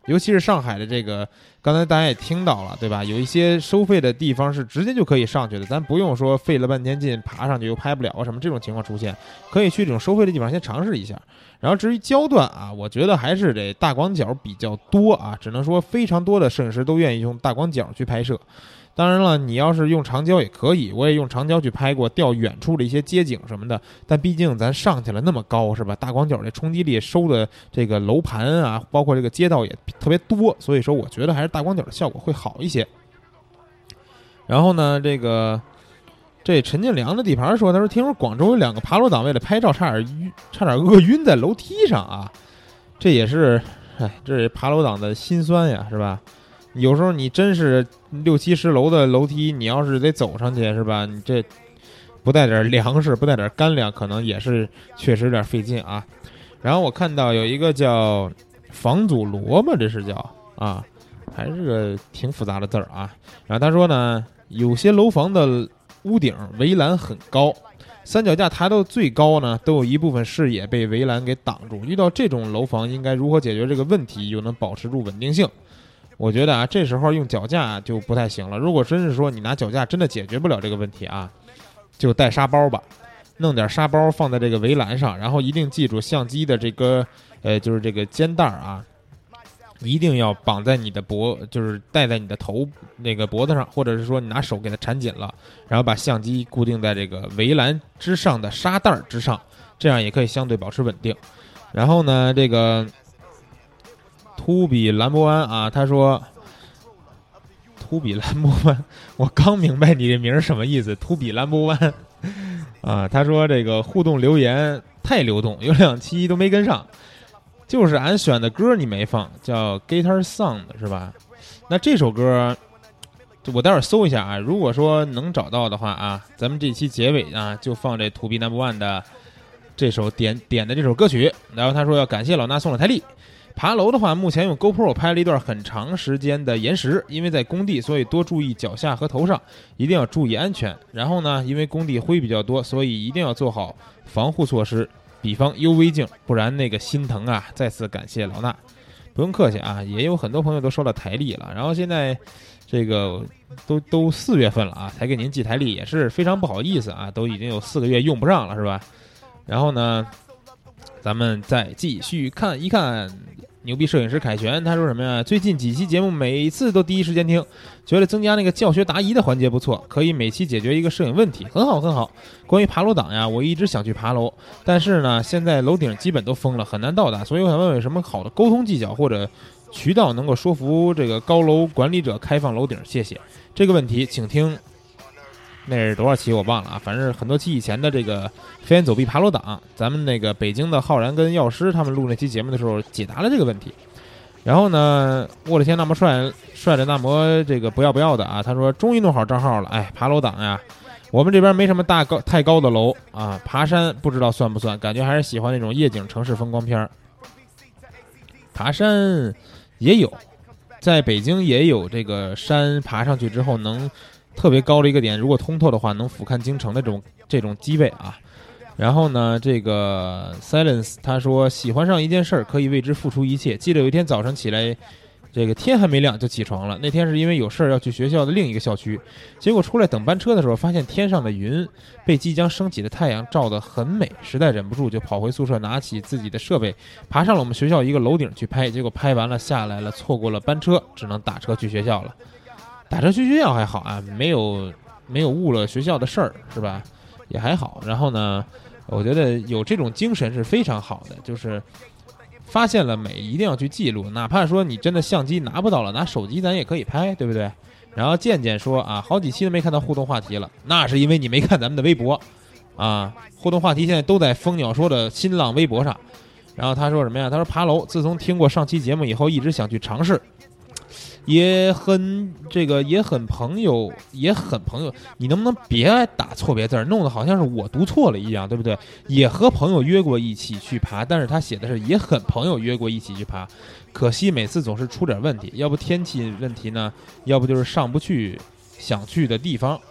尤其是上海的这个，刚才大家也听到了，对吧？有一些收费的地方是直接就可以上去的，咱不用说费了半天劲爬上去又拍不了啊什么这种情况出现，可以去这种收费的地方先尝试一下。然后至于焦段啊，我觉得还是这大广角比较多啊，只能说非常多的摄影师都愿意用大广角去拍摄。当然了，你要是用长焦也可以，我也用长焦去拍过调远处的一些街景什么的，但毕竟咱上去了那么高是吧，大广角这冲击力收的这个楼盘啊，包括这个街道也特别多，所以说我觉得还是大广角的效果会好一些。然后呢，这个这陈建良的地盘说，他说听说广州有两个爬楼党为了拍照差点晕，差点饿晕在楼梯上啊，这也是哎，这是爬楼党的辛酸呀，是吧？有时候你真是六七十楼的楼梯，你要是得走上去是吧？你这不带点粮食，不带点干粮，可能也是确实有点费劲啊。然后我看到有一个叫房祖萝卜，这是叫啊，还是个挺复杂的字儿啊。然后他说呢，有些楼房的屋顶围栏很高，三脚架抬到最高呢，都有一部分视野被围栏给挡住。遇到这种楼房，应该如何解决这个问题，又能保持住稳定性？我觉得啊，这时候用脚架就不太行了。如果真是说你拿脚架真的解决不了这个问题啊，就带沙包吧，弄点沙包放在这个围栏上，然后一定记住相机的这个呃，就是这个肩带啊，一定要绑在你的脖，就是戴在你的头那个脖子上，或者是说你拿手给它缠紧了，然后把相机固定在这个围栏之上的沙袋之上，这样也可以相对保持稳定。然后呢，这个秃比兰博湾啊，他说秃比兰博湾，我刚明白你这名什么意思，秃比兰博湾啊，他说这个互动留言太流动，有两期都没跟上，就是俺选的歌你没放，叫 Guitar Song 是吧？那这首歌我待会儿搜一下啊，如果说能找到的话啊，咱们这期结尾啊就放这秃比兰博湾的这首点点的这首歌曲。然后他说要感谢老衲送了台历。爬楼的话，目前用 GoPro 拍了一段很长时间的延时，因为在工地，所以多注意脚下和头上，一定要注意安全。然后呢，因为工地灰比较多，所以一定要做好防护措施，比方 U V 镜，不然那个心疼啊。再次感谢老衲，不用客气啊。也有很多朋友都收到台历了，然后现在这个都都四月份了啊，才给您寄台历，也是非常不好意思啊，都已经有四个月用不上了，是吧？然后呢，咱们再继续看一看牛逼摄影师凯旋，他说什么呀？最近几期节目每次都第一时间听，觉得增加那个教学答疑的环节不错，可以每期解决一个摄影问题，很好很好。关于爬楼党呀，我一直想去爬楼，但是呢，现在楼顶基本都封了，很难到达，所以我想问问有什么好的沟通技巧或者渠道能够说服这个高楼管理者开放楼顶？谢谢。这个问题请听那是多少期我忘了啊，反正很多期以前的这个飞檐走壁爬楼党，咱们那个北京的浩然跟药师他们录那期节目的时候解答了这个问题。然后呢，我的天那么帅帅的那么这个不要不要的啊，他说终于弄好账号了，哎，爬楼党呀，我们这边没什么大高太高的楼啊，爬山不知道算不算，感觉还是喜欢那种夜景城市风光片。爬山也有，在北京也有这个山爬上去之后能特别高的一个点，如果通透的话能俯瞰京城的这种这种机位啊。然后呢，这个 Silence 他说喜欢上一件事儿可以为之付出一切。记得有一天早上起来，这个天还没亮就起床了。那天是因为有事儿要去学校的另一个校区，结果出来等班车的时候，发现天上的云被即将升起的太阳照得很美，实在忍不住就跑回宿舍，拿起自己的设备，爬上了我们学校一个楼顶去拍。结果拍完了下来了，错过了班车，只能打车去学校了。打车去学校还好啊，没有没有误了学校的事儿，是吧？也还好。然后呢，我觉得有这种精神是非常好的，就是发现了美一定要去记录，哪怕说你真的相机拿不到了，拿手机咱也可以拍，对不对？然后健健说啊，好几期都没看到互动话题了，那是因为你没看咱们的微博啊，互动话题现在都在蜂鸟说的新浪微博上。然后他说什么呀？他说爬楼，自从听过上期节目以后，一直想去尝试。也很这个也很朋友也很朋友，你能不能别打错别字，弄得好像是我读错了一样，对不对？也和朋友约过一起去爬，但是他写的是也很朋友约过一起去爬，可惜每次总是出点问题，要不天气问题呢，要不就是上不去想去的地方。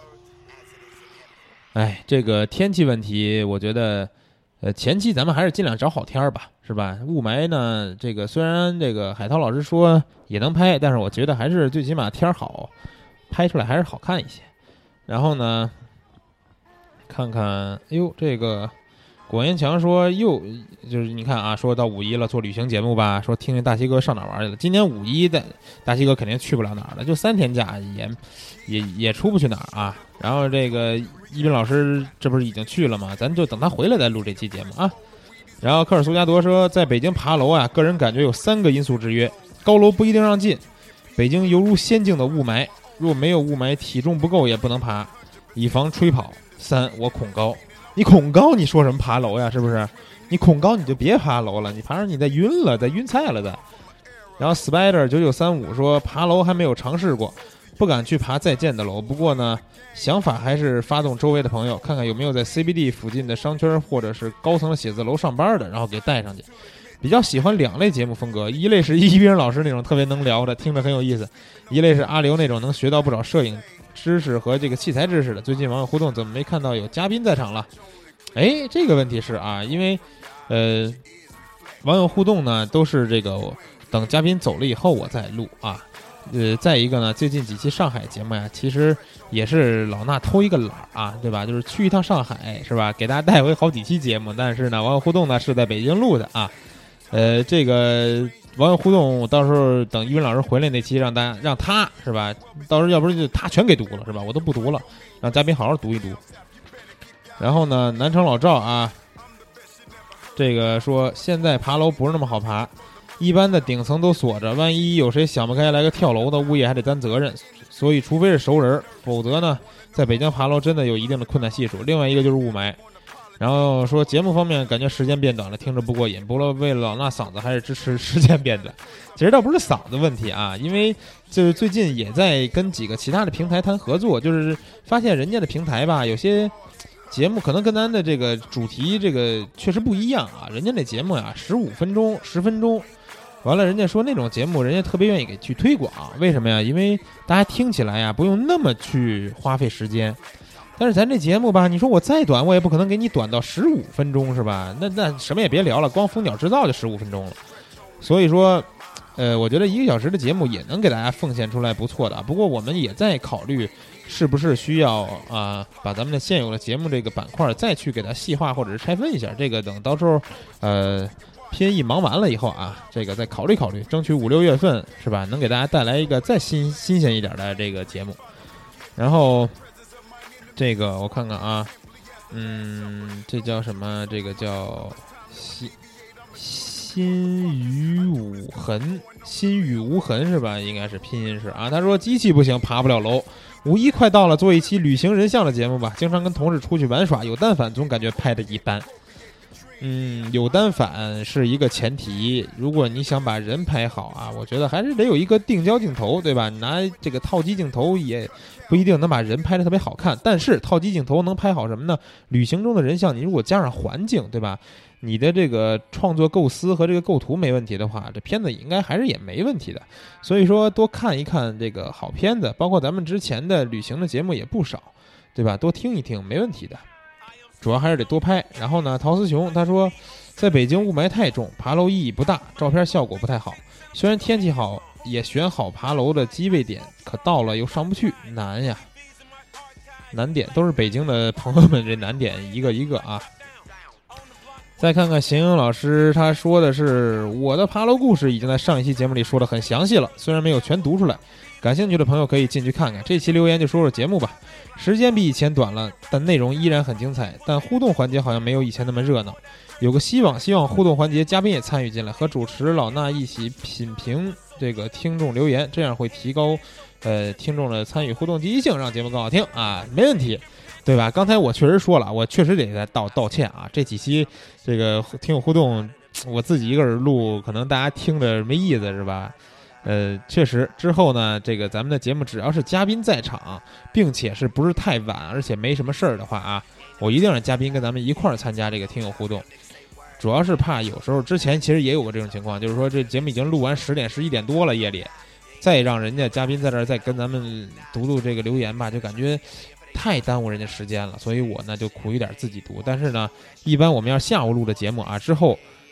哎，这个天气问题，我觉得呃前期咱们还是尽量找好天吧，是吧？ 是吧？雾霾呢，这个虽然这个海涛老师说也能拍，但是我觉得还是最起码天好，拍出来还是好看一些。然后呢，看看，哎呦，这个果言强说又就是你看啊，说到五一了，做旅行节目吧，说听听大西哥上哪玩去了。今年五一的大西哥肯定去不了哪儿了，就三天假也也也出不去哪儿啊。然后这个一斌老师这不是已经去了吗？咱就等他回来再录这期节目啊。然后科尔苏加多说，在北京爬楼啊，个人感觉有三个因素制约：高楼不一定让进，北京犹如仙境的雾霾，若没有雾霾，体重不够也不能爬，以防吹跑。三，我恐高。你恐高，你说什么爬楼呀？是不是？你恐高你就别爬楼了，你爬上你再晕了，再晕菜了的。然后 Spider 九九三五说，爬楼还没有尝试过，不敢去爬在建的楼。不过呢，想法还是发动周围的朋友，看看有没有在 C B D 附近的商圈或者是高层的写字楼上班的，然后给带上去。比较喜欢两类节目风格，一类是一斌老师那种特别能聊的，听着很有意思；一类是阿刘那种能学到不少摄影知识和这个器材知识的。最近网友互动怎么没看到有嘉宾在场了？哎，这个问题是啊，因为呃，网友互动呢都是这个等嘉宾走了以后我再录啊。呃，再一个呢，最近几期上海节目呀，其实也是老衲偷一个懒啊，对吧？就是去一趟上海是吧，给大家带回好几期节目，但是呢，网友互动呢是在北京录的啊。呃，这个网友互动，我到时候等于文老师回来那期，让大家让他是吧，到时候要不然就他全给读了是吧？我都不读了，让嘉宾好好读一读。然后呢，南城老赵啊，这个说现在爬楼不是那么好爬，一般的顶层都锁着，万一有谁想不开来个跳楼的，物业还得担责任，所以除非是熟人，否则呢，在北京爬楼真的有一定的困难系数。另外一个就是雾霾。然后说节目方面感觉时间变短了，听着不过瘾，不过为了老衲嗓子还是支持时间变短。其实倒不是嗓子问题啊，因为就是最近也在跟几个其他的平台谈合作，就是发现人家的平台吧，有些节目可能跟咱的这个主题这个确实不一样啊。人家那节目呀，十五分钟、十分钟，完了人家说那种节目人家特别愿意给去推广，为什么呀？因为大家听起来呀不用那么去花费时间。但是咱这节目吧，你说我再短，我也不可能给你短到十五分钟是吧？那那什么也别聊了，光蜂鸟制造就十五分钟了。所以说，呃，我觉得一个小时的节目也能给大家奉献出来不错的。不过我们也在考虑，是不是需要啊、呃，把咱们的现有的节目这个板块再去给它细化或者是拆分一下。这个等到时候，呃，拼一忙完了以后啊，这个再考虑考虑，争取五六月份是吧，能给大家带来一个再新新鲜一点的这个节目。然后。这个我看看啊，嗯，这叫什么？这个叫心心与无痕，心与无痕是吧？应该是拼音是啊。他说机器不行，爬不了楼。五一快到了，做一期旅行人像的节目吧。经常跟同事出去玩耍，有单反总感觉拍的一般。嗯，有单反是一个前提，如果你想把人拍好啊，我觉得还是得有一个定焦镜头，对吧？拿这个套机镜头也不一定能把人拍得特别好看，但是套机镜头能拍好什么呢？旅行中的人像，你如果加上环境，对吧？你的这个创作构思和这个构图没问题的话，这片子应该还是也没问题的。所以说多看一看这个好片子，包括咱们之前的旅行的节目也不少，对吧？多听一听没问题的。主要还是得多拍。然后呢，陶思雄他说，在北京雾霾太重，爬楼意义不大，照片效果不太好。虽然天气好，也选好爬楼的机位点，可到了又上不去，难呀。难点都是北京的朋友们，这难点一个一个啊。再看看邢英老师，他说的是我的爬楼故事已经在上一期节目里说的很详细了，虽然没有全读出来，感兴趣的朋友可以进去看看。这期留言就说说节目吧，时间比以前短了，但内容依然很精彩，但互动环节好像没有以前那么热闹。有个希望，希望互动环节嘉宾也参与进来，和主持老衲一起品评这个听众留言，这样会提高呃听众的参与互动积极性，让节目更好听啊，没问题。对吧？刚才我确实说了，我确实得再道道歉啊！这几期这个听友互动，我自己一个人录，可能大家听着没意思，是吧？呃，确实，之后呢，这个咱们的节目只要是嘉宾在场，并且是不是太晚，而且没什么事儿的话啊，我一定让嘉宾跟咱们一块儿参加这个听友互动。主要是怕有时候之前其实也有过这种情况，就是说这节目已经录完十点十一点多了夜里，再让人家嘉宾在这儿再跟咱们读读这个留言吧，就感觉太耽误人家时间了，所以我呢就苦一点自己读。但是呢，一般我们要下午录的节目啊，之后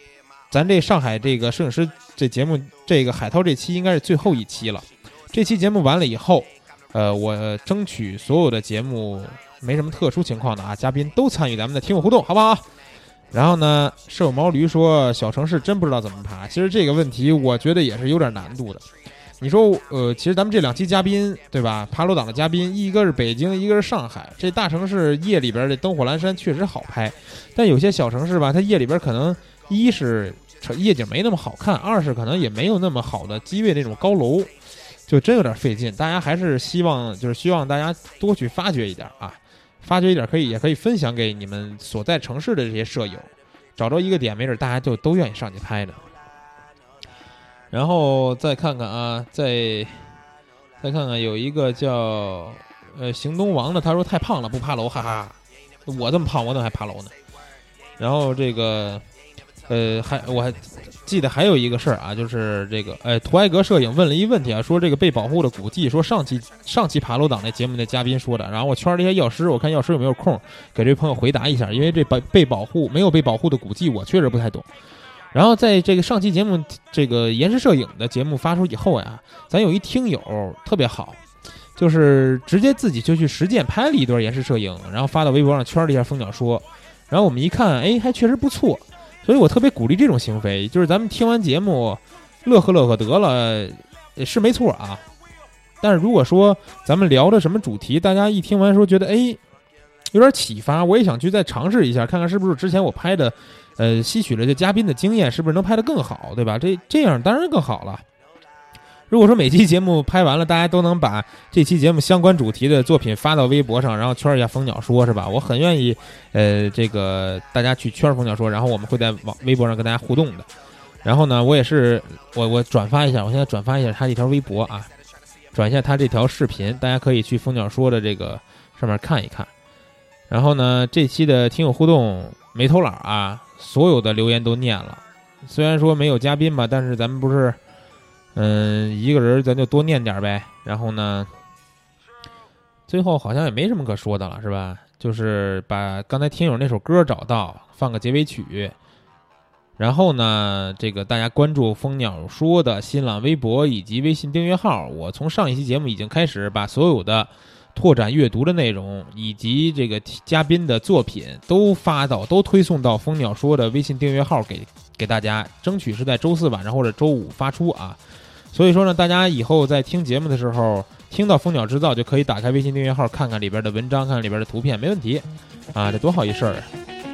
咱这上海这个摄影师这节目，这个海涛这期应该是最后一期了。这期节目完了以后，呃，我争取所有的节目没什么特殊情况的啊，嘉宾都参与咱们的听友互动，好不好？然后呢，舍友毛驴说小城市真不知道怎么爬。其实这个问题我觉得也是有点难度的。你说呃，其实咱们这两期嘉宾对吧？爬楼党的嘉宾，一个是北京，一个是上海。这大城市夜里边的灯火阑珊确实好拍，但有些小城市吧，它夜里边可能一是夜景没那么好看，二是可能也没有那么好的机位那种高楼，就真有点费劲。大家还是希望就是希望大家多去发掘一点啊。发掘一点可以，也可以分享给你们所在城市的这些舍友，找着一个点，没准大家就都愿意上去拍的。然后再看看啊，再再看看，有一个叫呃行东王的，他说太胖了不爬楼，哈哈，我这么胖我怎么还爬楼呢？然后这个呃还我还记得还有一个事儿啊，就是这个呃图埃格摄影问了一问题啊，说这个被保护的古迹，说上期上期爬楼党那节目那嘉宾说的，然后我圈了一下药师，我看药师有没有空给这位朋友回答一下，因为这被被保护没有被保护的古迹我确实不太懂。然后在这个上期节目这个延时摄影的节目发出以后呀，咱有一听友特别好，就是直接自己就去实践拍了一段延时摄影，然后发到微博上圈了一下蜂鸟说，然后我们一看，哎，还确实不错。所以我特别鼓励这种行为，就是咱们听完节目乐呵乐呵得了是没错啊，但是如果说咱们聊的什么主题，大家一听完说觉得哎有点启发，我也想去再尝试一下，看看是不是之前我拍的呃吸取了这嘉宾的经验，是不是能拍得更好，对吧？这这样当然更好了。如果说每期节目拍完了，大家都能把这期节目相关主题的作品发到微博上，然后圈一下蜂鸟说，是吧？我很愿意，呃，这个大家去圈蜂鸟说，然后我们会在网微博上跟大家互动的。然后呢，我也是，我我转发一下，我现在转发一下他这条微博啊，转一下他这条视频，大家可以去蜂鸟说的这个上面看一看。然后呢，这期的听友互动没偷懒啊，所有的留言都念了，虽然说没有嘉宾吧，但是咱们不是。嗯，一个人咱就多念点呗。然后呢，最后好像也没什么可说的了，是吧？就是把刚才听友那首歌找到，放个结尾曲。然后呢，这个大家关注蜂鸟说的新浪微博以及微信订阅号。我从上一期节目已经开始把所有的拓展阅读的内容以及这个嘉宾的作品都发到，都推送到蜂鸟说的微信订阅号给给大家，争取是在周四晚上或者周五发出啊。所以说呢，大家以后在听节目的时候，听到蜂鸟制造就可以打开微信订阅号，看看里边的文章，看看里边的图片，没问题啊，这多好一事儿啊！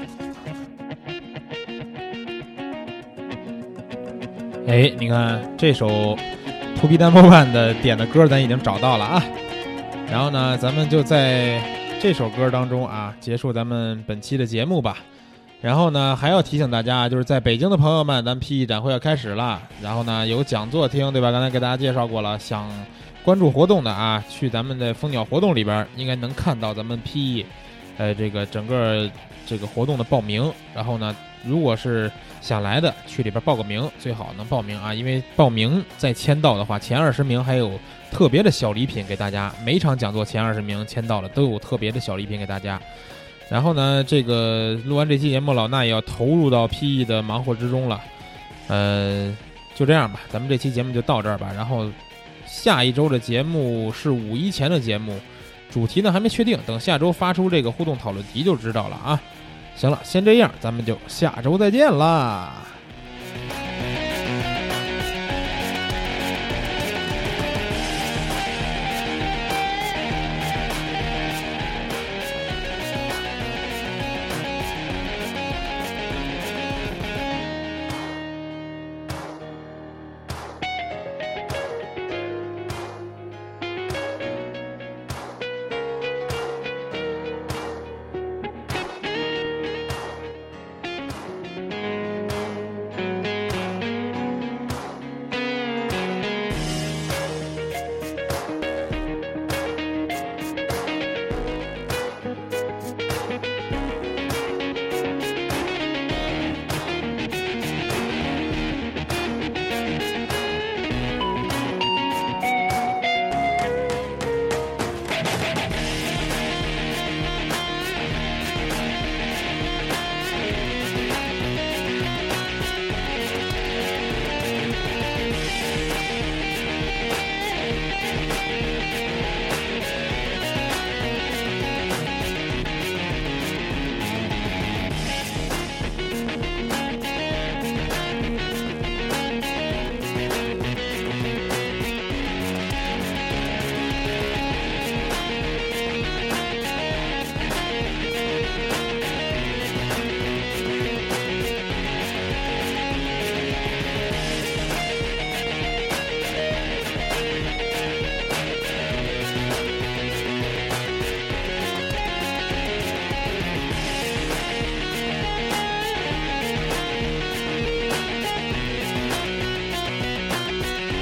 哎，你看这首 To Be Number One 的点的歌，咱已经找到了啊。然后呢，咱们就在这首歌当中啊，结束咱们本期的节目吧。然后呢，还要提醒大家，就是在北京的朋友们，咱们 P E 展会要开始了。然后呢，有讲座听，对吧？刚才给大家介绍过了。想关注活动的啊，去咱们的蜂鸟活动里边，应该能看到咱们 P E， 呃，这个整个这个活动的报名。然后呢，如果是想来的，去里边报个名，最好能报名啊，因为报名再签到的话，前二十名还有特别的小礼品给大家。每场讲座前二十名签到了，都有特别的小礼品给大家。然后呢，这个录完这期节目，老衲也要投入到 P E 的忙活之中了。呃，就这样吧，咱们这期节目就到这儿吧。然后下一周的节目是五一前的节目，主题呢还没确定，等下周发出这个互动讨论题就知道了啊。行了，先这样，咱们就下周再见啦。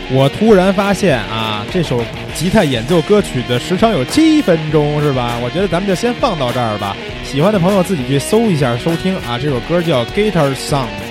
我突然发现啊，这首吉他演奏歌曲的时长有七分钟，是吧？我觉得咱们就先放到这儿吧。喜欢的朋友自己去搜一下收听啊，这首歌叫《Guitar Song》。